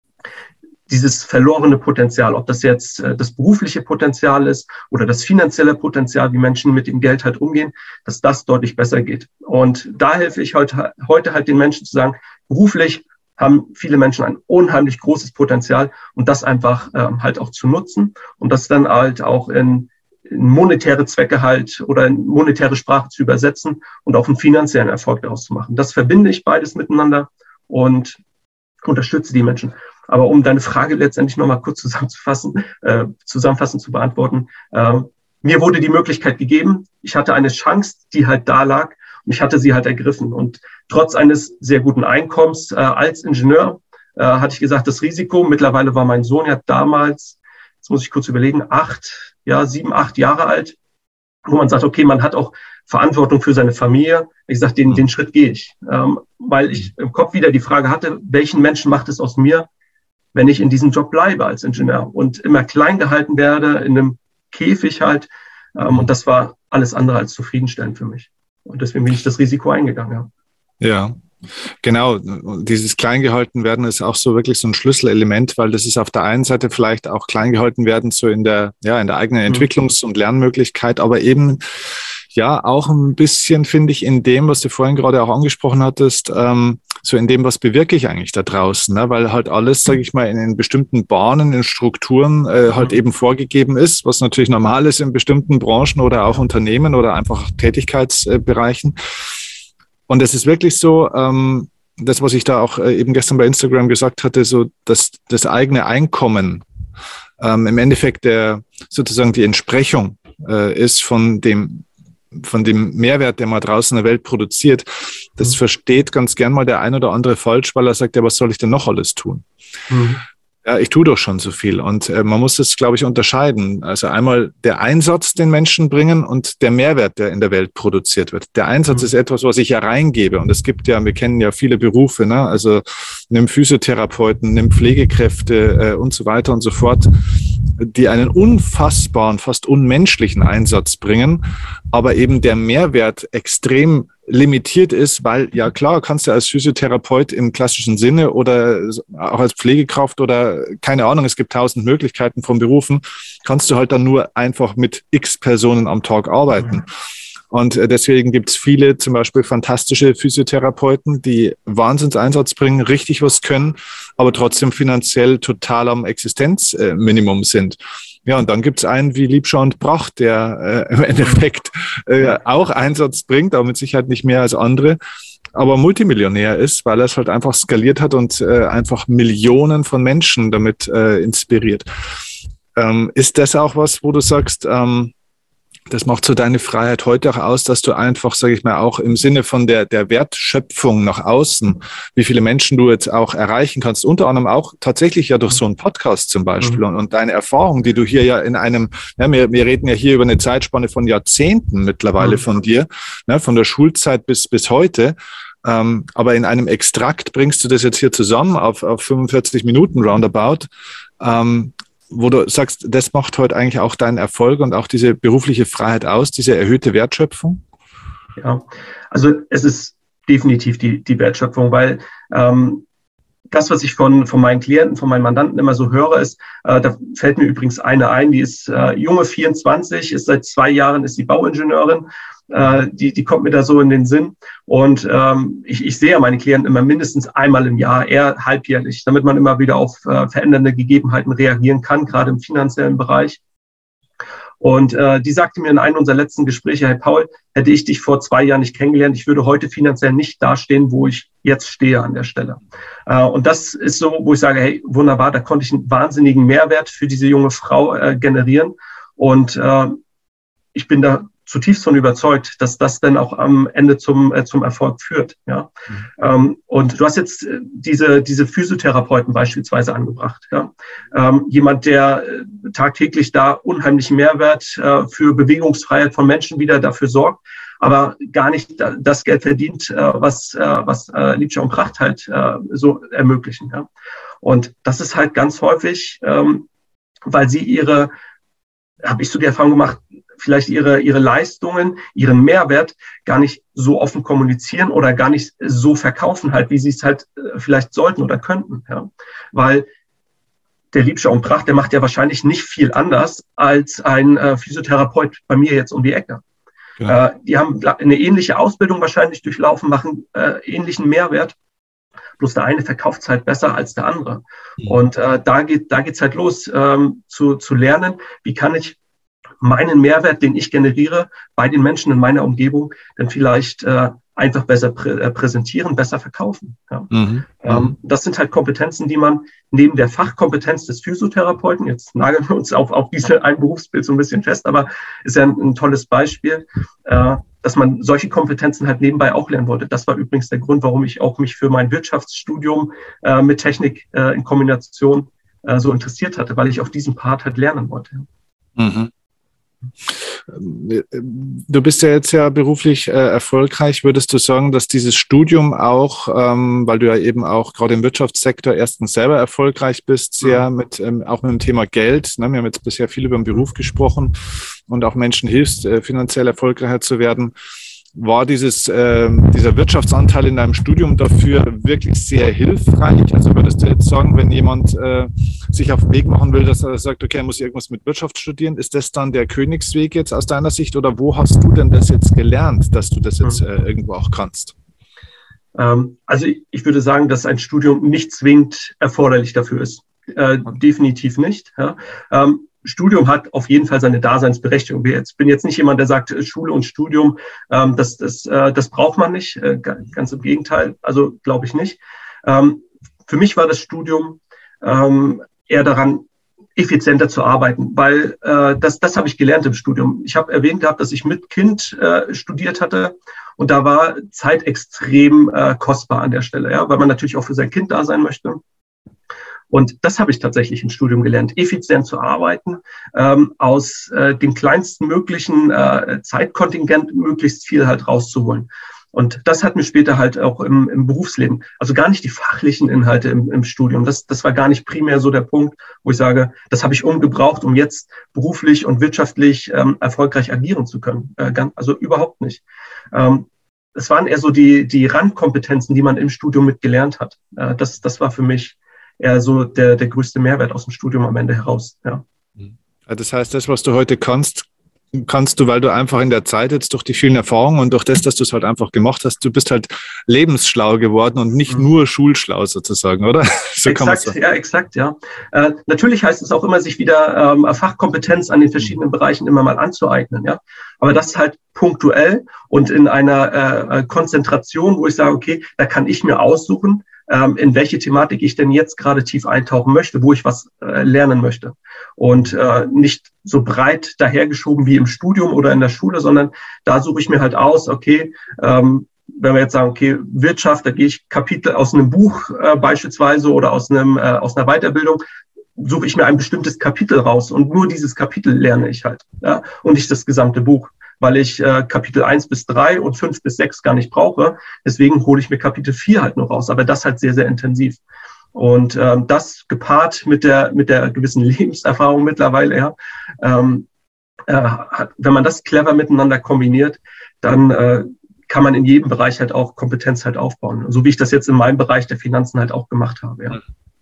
dieses verlorene Potenzial, ob das jetzt das berufliche Potenzial ist oder das finanzielle Potenzial, wie Menschen mit dem Geld halt umgehen, dass das deutlich besser geht. Und da helfe ich heute, heute halt den Menschen zu sagen, beruflich haben viele Menschen ein unheimlich großes Potenzial und das einfach ähm, halt auch zu nutzen und das dann halt auch in, in monetäre Zwecke halt oder in monetäre Sprache zu übersetzen und auch einen finanziellen Erfolg daraus zu machen. Das verbinde ich beides miteinander und unterstütze die Menschen. Aber um deine Frage letztendlich nochmal kurz zusammenzufassen, äh, zusammenfassend zu beantworten, äh, mir wurde die Möglichkeit gegeben, ich hatte eine Chance, die halt da lag, und ich hatte sie halt ergriffen. Und trotz eines sehr guten Einkommens äh, als Ingenieur äh, hatte ich gesagt, das Risiko, mittlerweile war mein Sohn ja damals, jetzt muss ich kurz überlegen, acht, ja, sieben, acht Jahre alt, wo man sagt, okay, man hat auch Verantwortung für seine Familie. Ich sage, den, den Schritt gehe ich, ähm, weil ich im Kopf wieder die Frage hatte, welchen Menschen macht es aus mir, wenn ich in diesem Job bleibe als Ingenieur und immer klein gehalten werde, in einem Käfig halt. Ähm, und das war alles andere als zufriedenstellend für mich. Und deswegen bin ich das Risiko eingegangen. Ja, ja, genau. Dieses Kleingehalten werden ist auch so wirklich so ein Schlüsselelement, weil das ist auf der einen Seite vielleicht auch Kleingehalten werden so in der, ja, in der eigenen Entwicklungs- und Lernmöglichkeit, aber eben ja auch ein bisschen, finde ich, in dem, was du vorhin gerade auch angesprochen hattest, ähm, so in dem, was bewirke ich eigentlich da draußen, ne? Weil halt alles, sage ich mal, in, in bestimmten Bahnen, in Strukturen äh, halt eben vorgegeben ist, was natürlich normal ist in bestimmten Branchen oder auch Unternehmen oder einfach Tätigkeitsbereichen. Und es ist wirklich so, ähm, das, was ich da auch äh, eben gestern bei Instagram gesagt hatte, so dass das eigene Einkommen ähm, im Endeffekt der sozusagen die Entsprechung äh, ist von dem von dem Mehrwert, der man draußen in der Welt produziert, das versteht ganz gern mal der ein oder andere falsch, weil er sagt, ja, was soll ich denn noch alles tun? Mhm. Ja, ich tue doch schon so viel. Und äh, man muss das, glaube ich, unterscheiden. Also einmal der Einsatz, den Menschen bringen, und der Mehrwert, der in der Welt produziert wird. Der Einsatz mhm. ist etwas, was ich ja reingebe. Und es gibt ja, wir kennen ja viele Berufe, ne? Also nimm Physiotherapeuten, nimm Pflegekräfte äh, und so weiter und so fort, die einen unfassbaren, fast unmenschlichen Einsatz bringen, aber eben der Mehrwert extrem limitiert ist, weil, ja klar, kannst du als Physiotherapeut im klassischen Sinne oder auch als Pflegekraft oder keine Ahnung, es gibt tausend Möglichkeiten von Berufen, kannst du halt dann nur einfach mit x Personen am Tag arbeiten. Und deswegen gibt es viele zum Beispiel fantastische Physiotherapeuten, die Wahnsinnseinsatz bringen, richtig was können, aber trotzdem finanziell total am Existenzminimum sind. Ja, und dann gibt es einen wie Liebscher und Bracht, der äh, im Endeffekt äh, auch Einsatz bringt, aber mit Sicherheit nicht mehr als andere, aber Multimillionär ist, weil er es halt einfach skaliert hat und äh, einfach Millionen von Menschen damit äh, inspiriert. Ähm, ist das auch was, wo du sagst, ähm, das macht so deine Freiheit heute auch aus, dass du einfach, sage ich mal, auch im Sinne von der, der Wertschöpfung nach außen, wie viele Menschen du jetzt auch erreichen kannst, unter anderem auch tatsächlich ja durch so einen Podcast zum Beispiel mhm. und, und deine Erfahrung, die du hier ja in einem, ja, wir, wir reden ja hier über eine Zeitspanne von Jahrzehnten mittlerweile mhm. von dir, ne, von der Schulzeit bis, bis heute. Ähm, aber in einem Extrakt bringst du das jetzt hier zusammen auf, auf fünfundvierzig Minuten roundabout. Ähm, wo du sagst, das macht heute eigentlich auch deinen Erfolg und auch diese berufliche Freiheit aus, diese erhöhte Wertschöpfung? Ja, also es ist definitiv die, die Wertschöpfung, weil ähm, das, was ich von, von meinen Klienten, von meinen Mandanten immer so höre, ist, äh, da fällt mir übrigens eine ein, die ist äh, junge, vierundzwanzig, ist seit zwei Jahren, ist die Bauingenieurin. Äh, die, die kommt mir da so in den Sinn. Und ähm, ich, ich sehe meine Klienten immer mindestens einmal im Jahr, eher halbjährlich, damit man immer wieder auf äh, verändernde Gegebenheiten reagieren kann, gerade im finanziellen Bereich. Und äh, die sagte mir in einem unserer letzten Gespräche, hey Paul, hätte ich dich vor zwei Jahren nicht kennengelernt, ich würde heute finanziell nicht dastehen, wo ich jetzt stehe an der Stelle. Äh, und das ist so, wo ich sage, hey, wunderbar, da konnte ich einen wahnsinnigen Mehrwert für diese junge Frau äh, generieren. Und äh, ich bin da zutiefst von überzeugt, dass das dann auch am Ende zum, äh, zum Erfolg führt. Ja? Mhm. Ähm, und du hast jetzt äh, diese, diese Physiotherapeuten beispielsweise angebracht. Ja? Ähm, jemand, der äh, tagtäglich da unheimlichen Mehrwert äh, für Bewegungsfreiheit von Menschen wieder dafür sorgt, aber gar nicht das Geld verdient, äh, was, äh, was äh, Liebscher und Bracht halt äh, so ermöglichen. Ja? Und das ist halt ganz häufig, ähm, weil sie ihre, habe ich so die Erfahrung gemacht, vielleicht ihre, ihre Leistungen, ihren Mehrwert gar nicht so offen kommunizieren oder gar nicht so verkaufen halt, wie sie es halt vielleicht sollten oder könnten. Ja. Weil der Liebscher und Bracht, der macht ja wahrscheinlich nicht viel anders als ein äh, Physiotherapeut bei mir jetzt um die Ecke. Ja. Äh, die haben eine ähnliche Ausbildung wahrscheinlich durchlaufen, machen äh, ähnlichen Mehrwert. Bloß der eine verkauft es halt besser als der andere. Mhm. Und äh, da geht da geht's halt los, ähm, zu, zu lernen, wie kann ich meinen Mehrwert, den ich generiere, bei den Menschen in meiner Umgebung, dann vielleicht äh, einfach besser prä- äh, präsentieren, besser verkaufen. Ja. Mhm. Ähm, das sind halt Kompetenzen, die man neben der Fachkompetenz des Physiotherapeuten, jetzt nageln wir uns auf, auf diese ein Berufsbild so ein bisschen fest, aber ist ja ein, ein tolles Beispiel, äh, dass man solche Kompetenzen halt nebenbei auch lernen wollte. Das war übrigens der Grund, warum ich auch mich für mein Wirtschaftsstudium äh, mit Technik äh, in Kombination äh, so interessiert hatte, weil ich auf diesen Part halt lernen wollte. Mhm. Du bist ja jetzt ja beruflich äh, erfolgreich. Würdest du sagen, dass dieses Studium auch, ähm, weil du ja eben auch gerade im Wirtschaftssektor erstens selber erfolgreich bist, sehr mit ähm, auch mit dem Thema Geld, ne? Wir haben jetzt bisher viel über den Beruf gesprochen und auch Menschen hilfst, äh, finanziell erfolgreicher zu werden. War dieses, äh, dieser Wirtschaftsanteil in deinem Studium dafür wirklich sehr hilfreich? Also würdest du jetzt sagen, wenn jemand äh, sich auf den Weg machen will, dass er sagt, okay, er muss irgendwas mit Wirtschaft studieren, ist das dann der Königsweg jetzt aus deiner Sicht oder wo hast du denn das jetzt gelernt, dass du das jetzt äh, irgendwo auch kannst? Ähm, also ich, ich würde sagen, dass ein Studium nicht zwingend erforderlich dafür ist. Äh, definitiv nicht. Ja. Ähm, Studium hat auf jeden Fall seine Daseinsberechtigung. Ich bin jetzt nicht jemand, der sagt, Schule und Studium, ähm, das, das, äh, das braucht man nicht. Äh, ganz im Gegenteil, also glaube ich nicht. Ähm, für mich war das Studium ähm, eher daran, effizienter zu arbeiten, weil äh, das, das habe ich gelernt im Studium. Ich habe erwähnt gehabt, dass ich mit Kind äh, studiert hatte und da war Zeit extrem äh, kostbar an der Stelle, ja, weil man natürlich auch für sein Kind da sein möchte. Und das habe ich tatsächlich im Studium gelernt, effizient zu arbeiten, ähm, aus äh, dem kleinsten möglichen äh, Zeitkontingent möglichst viel halt rauszuholen. Und das hat mir später halt auch im, im Berufsleben, also gar nicht die fachlichen Inhalte im, im Studium, das, das war gar nicht primär so der Punkt, wo ich sage, das habe ich umgebraucht, um jetzt beruflich und wirtschaftlich ähm, erfolgreich agieren zu können. Äh, ganz, also überhaupt nicht. Ähm, es waren eher so die, die Randkompetenzen, die man im Studium mitgelernt hat. Äh, das, das war für mich eher so der, der größte Mehrwert aus dem Studium am Ende heraus. Ja. Das heißt, das, was du heute kannst, kannst du, weil du einfach in der Zeit jetzt durch die vielen Erfahrungen und durch das, dass du es halt einfach gemacht hast, du bist halt lebensschlau geworden und nicht mhm. nur schulschlau sozusagen, oder? So exakt, kann man sagen. Ja, exakt, ja. Äh, natürlich heißt es auch immer, sich wieder ähm, Fachkompetenz an den verschiedenen Bereichen immer mal anzueignen, ja. Aber das ist halt punktuell und in einer äh, Konzentration, wo ich sage, okay, da kann ich mir aussuchen, in welche Thematik ich denn jetzt gerade tief eintauchen möchte, wo ich was äh, lernen möchte. Und äh, nicht so breit dahergeschoben wie im Studium oder in der Schule, sondern da suche ich mir halt aus, okay, ähm, wenn wir jetzt sagen, okay, Wirtschaft, da gehe ich Kapitel aus einem Buch äh, beispielsweise oder aus einem äh, aus einer Weiterbildung, suche ich mir ein bestimmtes Kapitel raus und nur dieses Kapitel lerne ich halt, ja, und nicht das gesamte Buch, weil ich äh, Kapitel eins bis drei und fünf bis sechs gar nicht brauche. Deswegen hole ich mir Kapitel vier halt noch raus, aber das halt sehr, sehr intensiv. Und ähm, das gepaart mit der mit der gewissen Lebenserfahrung mittlerweile, ja, ähm, äh, hat, wenn man das clever miteinander kombiniert, dann äh, kann man in jedem Bereich halt auch Kompetenz halt aufbauen. So wie ich das jetzt in meinem Bereich der Finanzen halt auch gemacht habe, ja.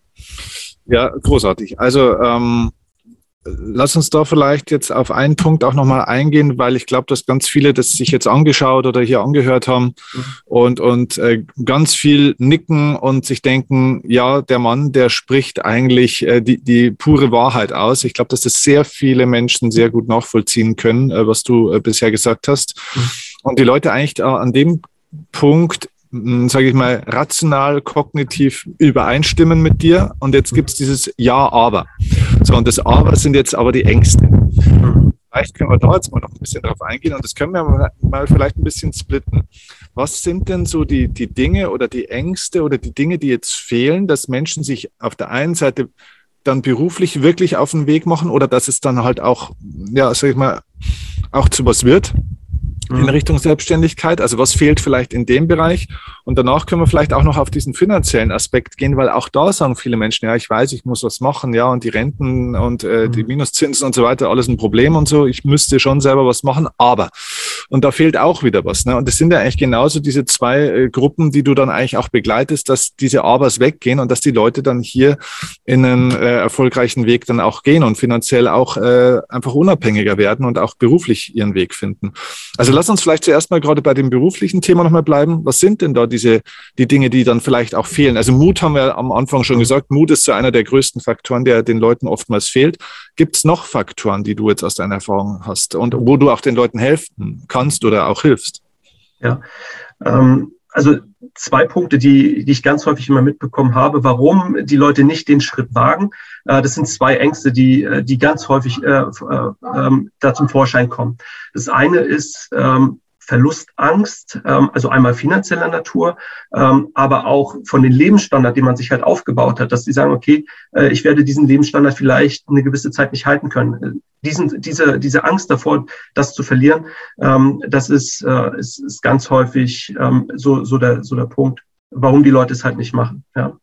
Ja, großartig. Also ähm lass uns da vielleicht jetzt auf einen Punkt auch nochmal eingehen, weil ich glaube, dass ganz viele das sich jetzt angeschaut oder hier angehört haben mhm. und, und äh, ganz viel nicken und sich denken, ja, der Mann, der spricht eigentlich äh, die, die pure Wahrheit aus. Ich glaube, dass das sehr viele Menschen sehr gut nachvollziehen können, äh, was du äh, bisher gesagt hast. Mhm. Und die Leute eigentlich äh, an dem Punkt, sage ich mal, rational, kognitiv übereinstimmen mit dir. Und jetzt gibt es dieses Ja, aber. So, und das Aber sind jetzt aber die Ängste. Vielleicht können wir da jetzt mal noch ein bisschen drauf eingehen und das können wir mal, mal vielleicht ein bisschen splitten. Was sind denn so die, die Dinge oder die Ängste oder die Dinge, die jetzt fehlen, dass Menschen sich auf der einen Seite dann beruflich wirklich auf den Weg machen oder dass es dann halt auch, ja, sag ich mal, auch zu was wird? In Richtung Selbstständigkeit, also was fehlt vielleicht in dem Bereich und danach können wir vielleicht auch noch auf diesen finanziellen Aspekt gehen, weil auch da sagen viele Menschen, ja, ich weiß, ich muss was machen, ja, und die Renten und äh, die Minuszinsen und so weiter, alles ein Problem und so, ich müsste schon selber was machen, aber, und da fehlt auch wieder was, ne, und das sind ja eigentlich genauso diese zwei äh, Gruppen, die du dann eigentlich auch begleitest, dass diese Abers weggehen und dass die Leute dann hier in einen äh, erfolgreichen Weg dann auch gehen und finanziell auch äh, einfach unabhängiger werden und auch beruflich ihren Weg finden. Also lass uns vielleicht zuerst mal gerade bei dem beruflichen Thema nochmal bleiben. Was sind denn da diese die Dinge, die dann vielleicht auch fehlen? Also Mut haben wir am Anfang schon gesagt. Mut ist so einer der größten Faktoren, der den Leuten oftmals fehlt. Gibt es noch Faktoren, die du jetzt aus deiner Erfahrung hast und wo du auch den Leuten helfen kannst oder auch hilfst? Ja, ähm, also zwei Punkte, die, die ich ganz häufig immer mitbekommen habe, warum die Leute nicht den Schritt wagen. Äh, das sind zwei Ängste, die, die ganz häufig äh, äh, da zum Vorschein kommen. Das eine ist ähm, Verlustangst, ähm, also einmal finanzieller Natur, ähm, aber auch von den Lebensstandard, den man sich halt aufgebaut hat, dass sie sagen, okay, äh, ich werde diesen Lebensstandard vielleicht eine gewisse Zeit nicht halten können. Diesen, diese, diese Angst davor, das zu verlieren, ähm, das ist, äh, ist, ist ganz häufig ähm, so, so, der, so der Punkt, warum die Leute es halt nicht machen. Ja.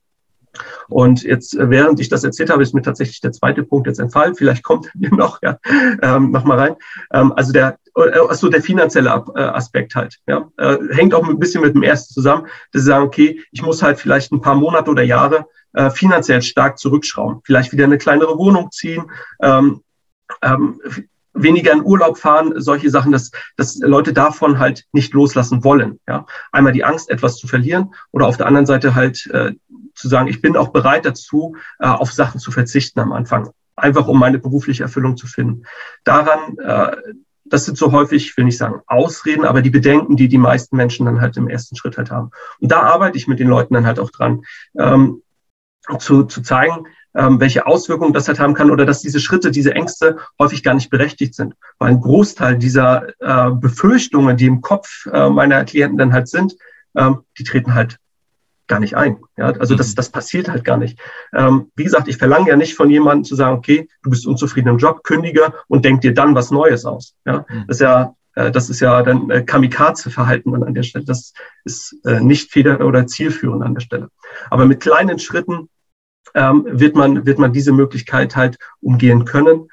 Und jetzt, während ich das erzählt habe, ist mir tatsächlich der zweite Punkt jetzt entfallen. Vielleicht kommt mir noch, ja, ähm, noch mal rein. Ähm, also der, also der finanzielle Aspekt halt, ja, äh, hängt auch ein bisschen mit dem ersten zusammen, dass sie sagen, okay, ich muss halt vielleicht ein paar Monate oder Jahre äh, finanziell stark zurückschrauben, vielleicht wieder eine kleinere Wohnung ziehen, ähm, ähm, weniger in Urlaub fahren, solche Sachen, dass, dass Leute davon halt nicht loslassen wollen. Ja, einmal die Angst, etwas zu verlieren oder auf der anderen Seite halt äh, zu sagen, ich bin auch bereit dazu, äh, auf Sachen zu verzichten am Anfang, einfach um meine berufliche Erfüllung zu finden. Daran, äh, das sind so häufig, ich will nicht sagen Ausreden, aber die Bedenken, die die meisten Menschen dann halt im ersten Schritt halt haben. Und da arbeite ich mit den Leuten dann halt auch dran, ähm, zu, zu zeigen, ähm, welche Auswirkungen das halt haben kann oder dass diese Schritte, diese Ängste häufig gar nicht berechtigt sind. Weil ein Großteil dieser äh, Befürchtungen, die im Kopf äh, meiner Klienten dann halt sind, ähm, die treten halt gar nicht ein. Ja, also das, das passiert halt gar nicht. Ähm, wie gesagt, ich verlange ja nicht von jemandem zu sagen, okay, du bist unzufrieden im Job, kündige und denk dir dann was Neues aus. Ja, das ist ja, äh, das ist ja dann äh, Kamikaze-Verhalten an der Stelle. Das ist äh, nicht feder- oder zielführend an der Stelle. Aber mit kleinen Schritten ähm, wird man, wird man diese Möglichkeit halt umgehen können,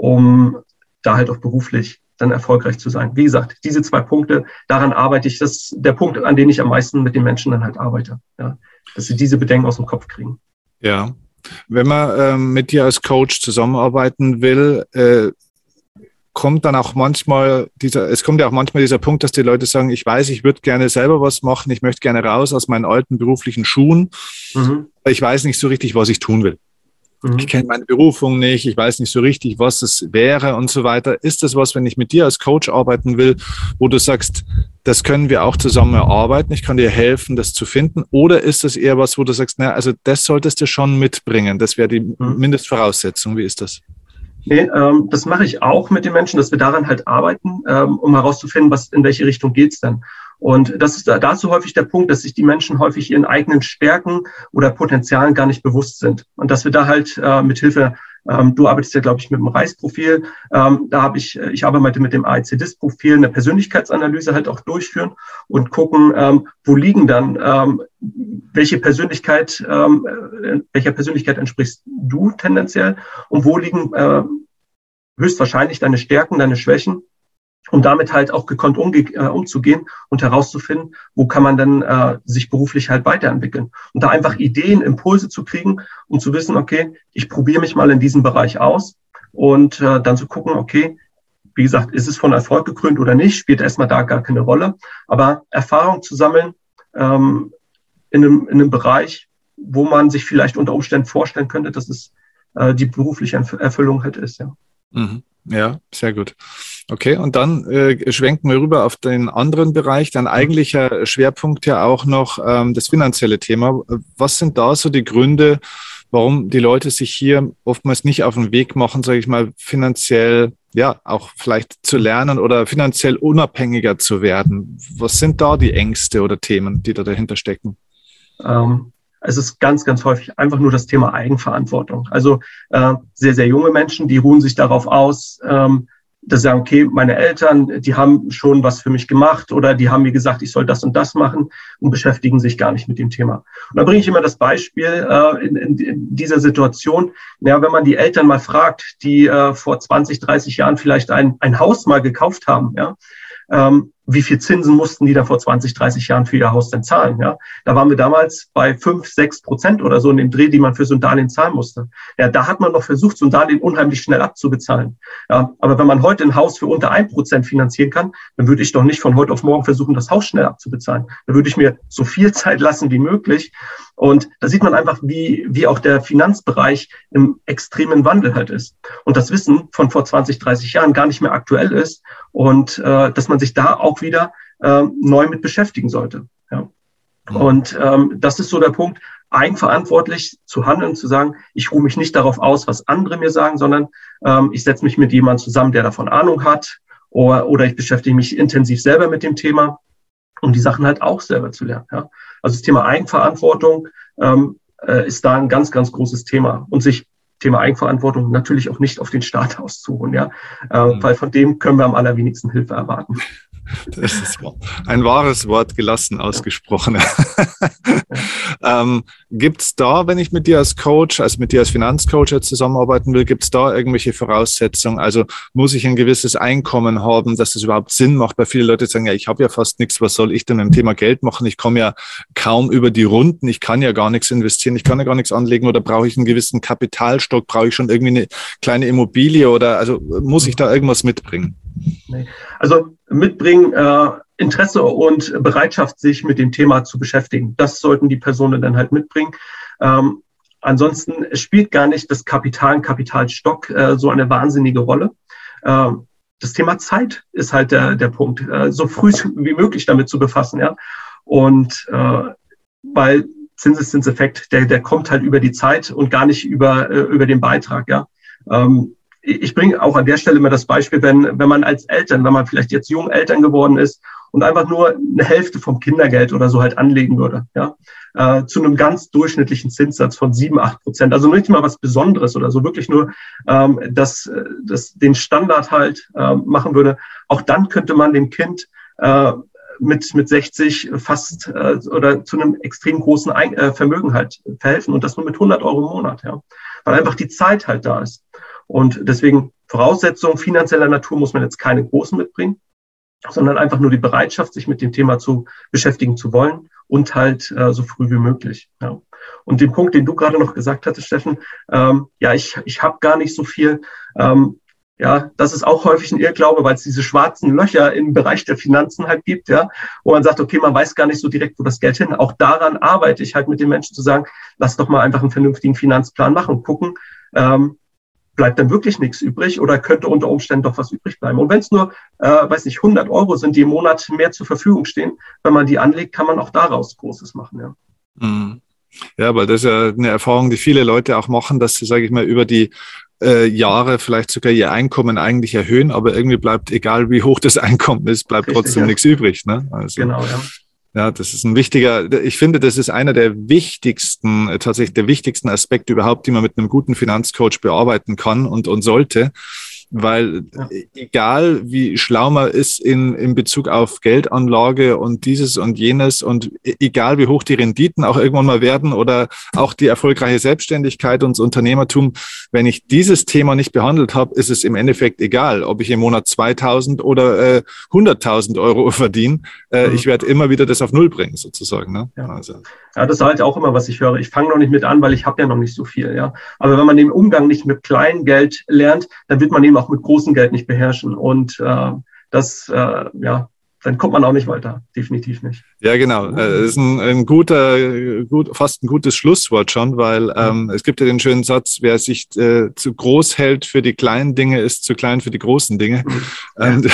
um da halt auch beruflich dann erfolgreich zu sein. Wie gesagt, diese zwei Punkte, daran arbeite ich. Das ist der Punkt, an dem ich am meisten mit den Menschen dann halt arbeite. Ja, dass sie diese Bedenken aus dem Kopf kriegen. Ja, wenn man ähm, mit dir als Coach zusammenarbeiten will, äh, kommt dann auch manchmal dieser, es kommt ja auch manchmal dieser Punkt, dass die Leute sagen, ich weiß, ich würde gerne selber was machen, ich möchte gerne raus aus meinen alten beruflichen Schuhen, mhm. aber ich weiß nicht so richtig, was ich tun will. Ich kenne meine Berufung nicht, ich weiß nicht so richtig, was es wäre und so weiter. Ist das was, wenn ich mit dir als Coach arbeiten will, wo du sagst, das können wir auch zusammen erarbeiten, ich kann dir helfen, das zu finden? Oder ist das eher was, wo du sagst, naja, also das solltest du schon mitbringen, das wäre die mhm. Mindestvoraussetzung. Wie ist das? Nee, ähm, das mache ich auch mit den Menschen, dass wir daran halt arbeiten, ähm, um herauszufinden, was in welche Richtung geht's denn. Und das ist dazu häufig der Punkt, dass sich die Menschen häufig ihren eigenen Stärken oder Potenzialen gar nicht bewusst sind. Und dass wir da halt äh, mit Hilfe, ähm, du arbeitest ja, glaube ich, mit dem RISE-Profil, ähm, da habe ich, ich arbeite mit dem A E C D I S-Profil, eine Persönlichkeitsanalyse halt auch durchführen und gucken, ähm, wo liegen dann, ähm, welche Persönlichkeit, ähm, welcher Persönlichkeit entsprichst du tendenziell und wo liegen äh, höchstwahrscheinlich deine Stärken, deine Schwächen, um damit halt auch gekonnt umge- äh, umzugehen und herauszufinden, wo kann man dann äh, sich beruflich halt weiterentwickeln. Und da einfach Ideen, Impulse zu kriegen, um zu wissen, okay, ich probiere mich mal in diesem Bereich aus und äh, dann zu gucken, okay, wie gesagt, ist es von Erfolg gekrönt oder nicht, spielt erstmal da gar keine Rolle. Aber Erfahrung zu sammeln ähm, in, einem, in einem Bereich, wo man sich vielleicht unter Umständen vorstellen könnte, dass es äh, die berufliche Erfüllung halt ist, ja. Mhm. Ja, sehr gut. Okay, und dann äh, schwenken wir rüber auf den anderen Bereich, dein eigentlicher Schwerpunkt ja auch noch ähm, das finanzielle Thema. Was sind da so die Gründe, warum die Leute sich hier oftmals nicht auf den Weg machen, sage ich mal, finanziell, ja, auch vielleicht zu lernen oder finanziell unabhängiger zu werden? Was sind da die Ängste oder Themen, die da dahinter stecken? Ähm. Es ist ganz, ganz häufig einfach nur das Thema Eigenverantwortung. Also äh, sehr, sehr junge Menschen, die ruhen sich darauf aus, ähm, dass sie sagen, okay, meine Eltern, die haben schon was für mich gemacht oder die haben mir gesagt, ich soll das und das machen und beschäftigen sich gar nicht mit dem Thema. Und da bringe ich immer das Beispiel äh, in, in, in dieser Situation, ja, wenn man die Eltern mal fragt, die äh, vor zwanzig, dreißig Jahren vielleicht ein, ein Haus mal gekauft haben, ja, ähm, wie viel Zinsen mussten die da vor zwanzig, dreißig Jahren für ihr Haus denn zahlen? Ja, da waren wir damals bei fünf, sechs Prozent oder so in dem Dreh, die man für so ein Darlehen zahlen musste. Ja, da hat man noch versucht, so ein Darlehen unheimlich schnell abzubezahlen. Ja, aber wenn man heute ein Haus für unter ein Prozent finanzieren kann, dann würde ich doch nicht von heute auf morgen versuchen, das Haus schnell abzubezahlen. Da würde ich mir so viel Zeit lassen wie möglich. Und da sieht man einfach, wie, wie auch der Finanzbereich im extremen Wandel halt ist. Und das Wissen von vor zwanzig, dreißig Jahren gar nicht mehr aktuell ist und äh, dass man sich da auch wieder äh, neu mit beschäftigen sollte. Ja. Und ähm, das ist so der Punkt, eigenverantwortlich zu handeln, zu sagen, ich ruhe mich nicht darauf aus, was andere mir sagen, sondern ähm, ich setze mich mit jemandem zusammen, der davon Ahnung hat, oder, oder ich beschäftige mich intensiv selber mit dem Thema, um die Sachen halt auch selber zu lernen. Ja. Also das Thema Eigenverantwortung ähm, äh, ist da ein ganz, ganz großes Thema und sich Thema Eigenverantwortung natürlich auch nicht auf den Staat auszuruhen, ja, äh, mhm. weil von dem können wir am allerwenigsten Hilfe erwarten. Das ist ein wahres Wort, gelassen ausgesprochen. Ja. ähm, gibt es da, wenn ich mit dir als Coach, also mit dir als Finanzcoach jetzt zusammenarbeiten will, gibt es da irgendwelche Voraussetzungen? Also muss ich ein gewisses Einkommen haben, dass das überhaupt Sinn macht? Weil viele Leute sagen, ja, ich habe ja fast nichts, was soll ich denn mit dem Thema Geld machen? Ich komme ja kaum über die Runden, ich kann ja gar nichts investieren, ich kann ja gar nichts anlegen oder brauche ich einen gewissen Kapitalstock, brauche ich schon irgendwie eine kleine Immobilie oder also muss ich da irgendwas mitbringen? Nee. Also mitbringen, äh, Interesse und Bereitschaft, sich mit dem Thema zu beschäftigen. Das sollten die Personen dann halt mitbringen. Ähm, ansonsten spielt gar nicht das Kapital, ein Kapitalstock äh, so eine wahnsinnige Rolle. Ähm, das Thema Zeit ist halt der, der Punkt, äh, so früh wie möglich damit zu befassen. Ja? Und äh, weil Zinseszinseffekt, der, der kommt halt über die Zeit und gar nicht über, äh, über den Beitrag. Ja. Ähm, ich bringe auch an der Stelle immer das Beispiel, wenn, wenn man als Eltern, wenn man vielleicht jetzt jung Eltern geworden ist und einfach nur eine Hälfte vom Kindergeld oder so halt anlegen würde, ja, äh, zu einem ganz durchschnittlichen Zinssatz von sieben, acht Prozent. Also nicht mal was Besonderes oder so, wirklich nur ähm, das, das den Standard halt äh, machen würde. Auch dann könnte man dem Kind äh, mit mit sechzig fast äh, oder zu einem extrem großen Ein- äh, Vermögen halt verhelfen und das nur mit hundert Euro im Monat, ja, weil einfach die Zeit halt da ist. Und deswegen Voraussetzungen finanzieller Natur muss man jetzt keine großen mitbringen, sondern einfach nur die Bereitschaft, sich mit dem Thema zu beschäftigen zu wollen und halt äh, so früh wie möglich. Ja. Und den Punkt, den du gerade noch gesagt hattest, Steffen, ähm, ja, ich ich habe gar nicht so viel. Ähm, Ja, das ist auch häufig ein Irrglaube, weil es diese schwarzen Löcher im Bereich der Finanzen halt gibt, ja, wo man sagt, okay, man weiß gar nicht so direkt, wo das Geld hin. Auch daran arbeite ich halt mit den Menschen zu sagen, lass doch mal einfach einen vernünftigen Finanzplan machen und gucken, ähm, bleibt dann wirklich nichts übrig oder könnte unter Umständen doch was übrig bleiben. Und wenn es nur, äh, weiß nicht, hundert Euro sind, die im Monat mehr zur Verfügung stehen, wenn man die anlegt, kann man auch daraus Großes machen, ja. Mhm. Ja, weil das ist ja eine Erfahrung, die viele Leute auch machen, dass sie, sage ich mal, über die äh, Jahre vielleicht sogar ihr Einkommen eigentlich erhöhen, aber irgendwie bleibt, egal wie hoch das Einkommen ist, bleibt Richtig, trotzdem ja. nichts übrig. Ne? Also, genau, ja. Ja, das ist ein wichtiger, ich finde, das ist einer der wichtigsten, tatsächlich der wichtigsten Aspekte überhaupt, die man mit einem guten Finanzcoach bearbeiten kann und, und sollte. Weil ja. egal wie schlau man ist in, in Bezug auf Geldanlage und dieses und jenes und egal wie hoch die Renditen auch irgendwann mal werden oder auch die erfolgreiche Selbstständigkeit und das Unternehmertum, wenn ich dieses Thema nicht behandelt habe, ist es im Endeffekt egal, ob ich im Monat zweitausend oder äh, hunderttausend Euro verdiene. Äh, mhm. Ich werde immer wieder das auf Null bringen sozusagen. Ne? Ja. Also. Ja, das ist halt auch immer, was ich höre. Ich fange noch nicht mit an, weil ich habe ja noch nicht so viel. Ja, aber wenn man den Umgang nicht mit kleinem Geld lernt, dann wird man eben auch mit großem Geld nicht beherrschen. Und äh, das, äh, ja, dann kommt man auch nicht weiter. Definitiv nicht. Ja, genau. Das ist ein, ein guter, gut, fast ein gutes Schlusswort schon, weil ähm, es gibt ja den schönen Satz, wer sich äh, zu groß hält für die kleinen Dinge, ist zu klein für die großen Dinge. Ja. Und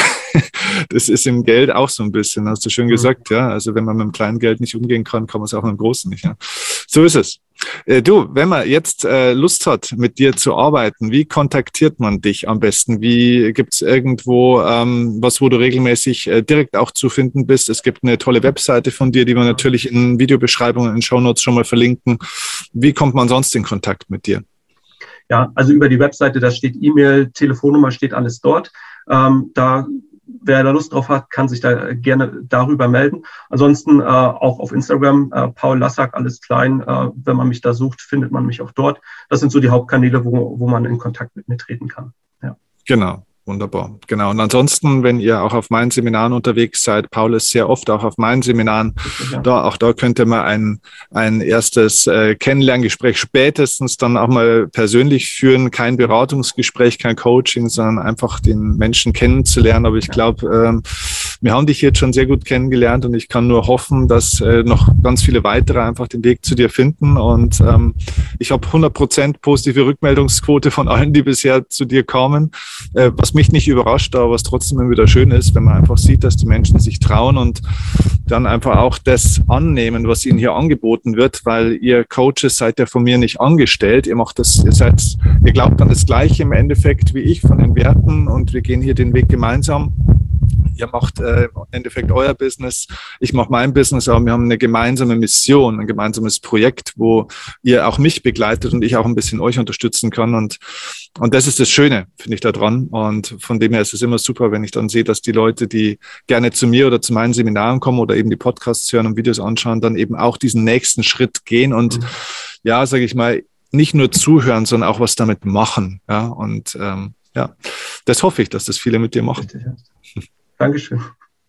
das ist im Geld auch so ein bisschen, hast du schön gesagt, ja. Also wenn man mit dem kleinen Geld nicht umgehen kann, kann man es auch mit dem großen nicht. Ja. So ist es. Äh, du, wenn man jetzt äh, Lust hat, mit dir zu arbeiten, wie kontaktiert man dich am besten? Wie gibt es irgendwo ähm, was, wo du regelmäßig äh, direkt auch zu finden bist? Es gibt eine tolle Webseite von dir, die wir natürlich in Videobeschreibungen, in Shownotes schon mal verlinken. Wie kommt man sonst in Kontakt mit dir? Ja, also über die Webseite, da steht E-Mail, Telefonnummer, steht alles dort. Ähm, da Wer da Lust drauf hat, kann sich da gerne darüber melden. Ansonsten äh, auch auf Instagram, äh, Paul Lassack, alles klein. Äh, wenn man mich da sucht, findet man mich auch dort. Das sind so die Hauptkanäle, wo, wo man in Kontakt mit mir treten kann. Ja. Genau. Wunderbar, genau. Und ansonsten, wenn ihr auch auf meinen Seminaren unterwegs seid, Paul ist sehr oft auch auf meinen Seminaren, ja. da, auch da könnt ihr mal ein, ein erstes äh, Kennenlerngespräch spätestens dann auch mal persönlich führen, kein Beratungsgespräch, kein Coaching, sondern einfach den Menschen kennenzulernen. Aber ich glaube, ähm, wir haben dich jetzt schon sehr gut kennengelernt und ich kann nur hoffen, dass äh, noch ganz viele weitere einfach den Weg zu dir finden. Und ähm, ich habe hundert Prozent positive Rückmeldungsquote von allen, die bisher zu dir kamen, äh, was mich nicht überrascht, aber was trotzdem immer wieder schön ist, wenn man einfach sieht, dass die Menschen sich trauen und dann einfach auch das annehmen, was ihnen hier angeboten wird, weil ihr Coaches seid ja von mir nicht angestellt, ihr macht das, ihr seid, ihr glaubt an das Gleiche im Endeffekt wie ich von den Werten und wir gehen hier den Weg gemeinsam. Ihr macht äh, im Endeffekt euer Business, ich mache mein Business, aber wir haben eine gemeinsame Mission, ein gemeinsames Projekt, wo ihr auch mich begleitet und ich auch ein bisschen euch unterstützen kann. Und, und das ist das Schöne, finde ich, da dran. Und von dem her ist es immer super, wenn ich dann sehe, dass die Leute, die gerne zu mir oder zu meinen Seminaren kommen oder eben die Podcasts hören und Videos anschauen, dann eben auch diesen nächsten Schritt gehen und, mhm. ja, sage ich mal, nicht nur zuhören, sondern auch was damit machen. Ja, und ähm, ja, das hoffe ich, dass das viele mit dir machen. Richtig, ja. Dankeschön.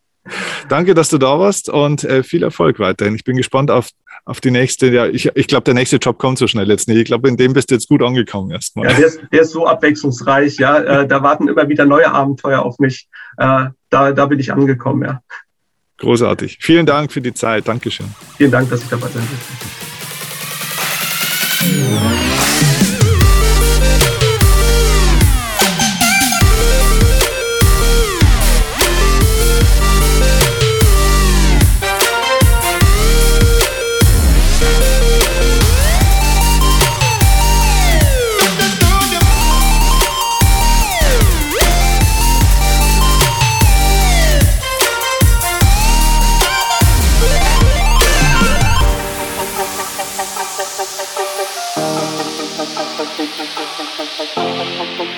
Danke, dass du da warst und äh, viel Erfolg weiterhin. Ich bin gespannt auf, auf die nächste, ja, ich, ich glaube, der nächste Job kommt so schnell jetzt nicht. Ich glaube, in dem bist du jetzt gut angekommen erstmal. Ja, der ist, der ist so abwechslungsreich, ja. Äh, da warten immer wieder neue Abenteuer auf mich. Äh, da, da bin ich angekommen, ja. Großartig. Vielen Dank für die Zeit. Dankeschön. Vielen Dank, dass ich dabei sein durfte. Thank you.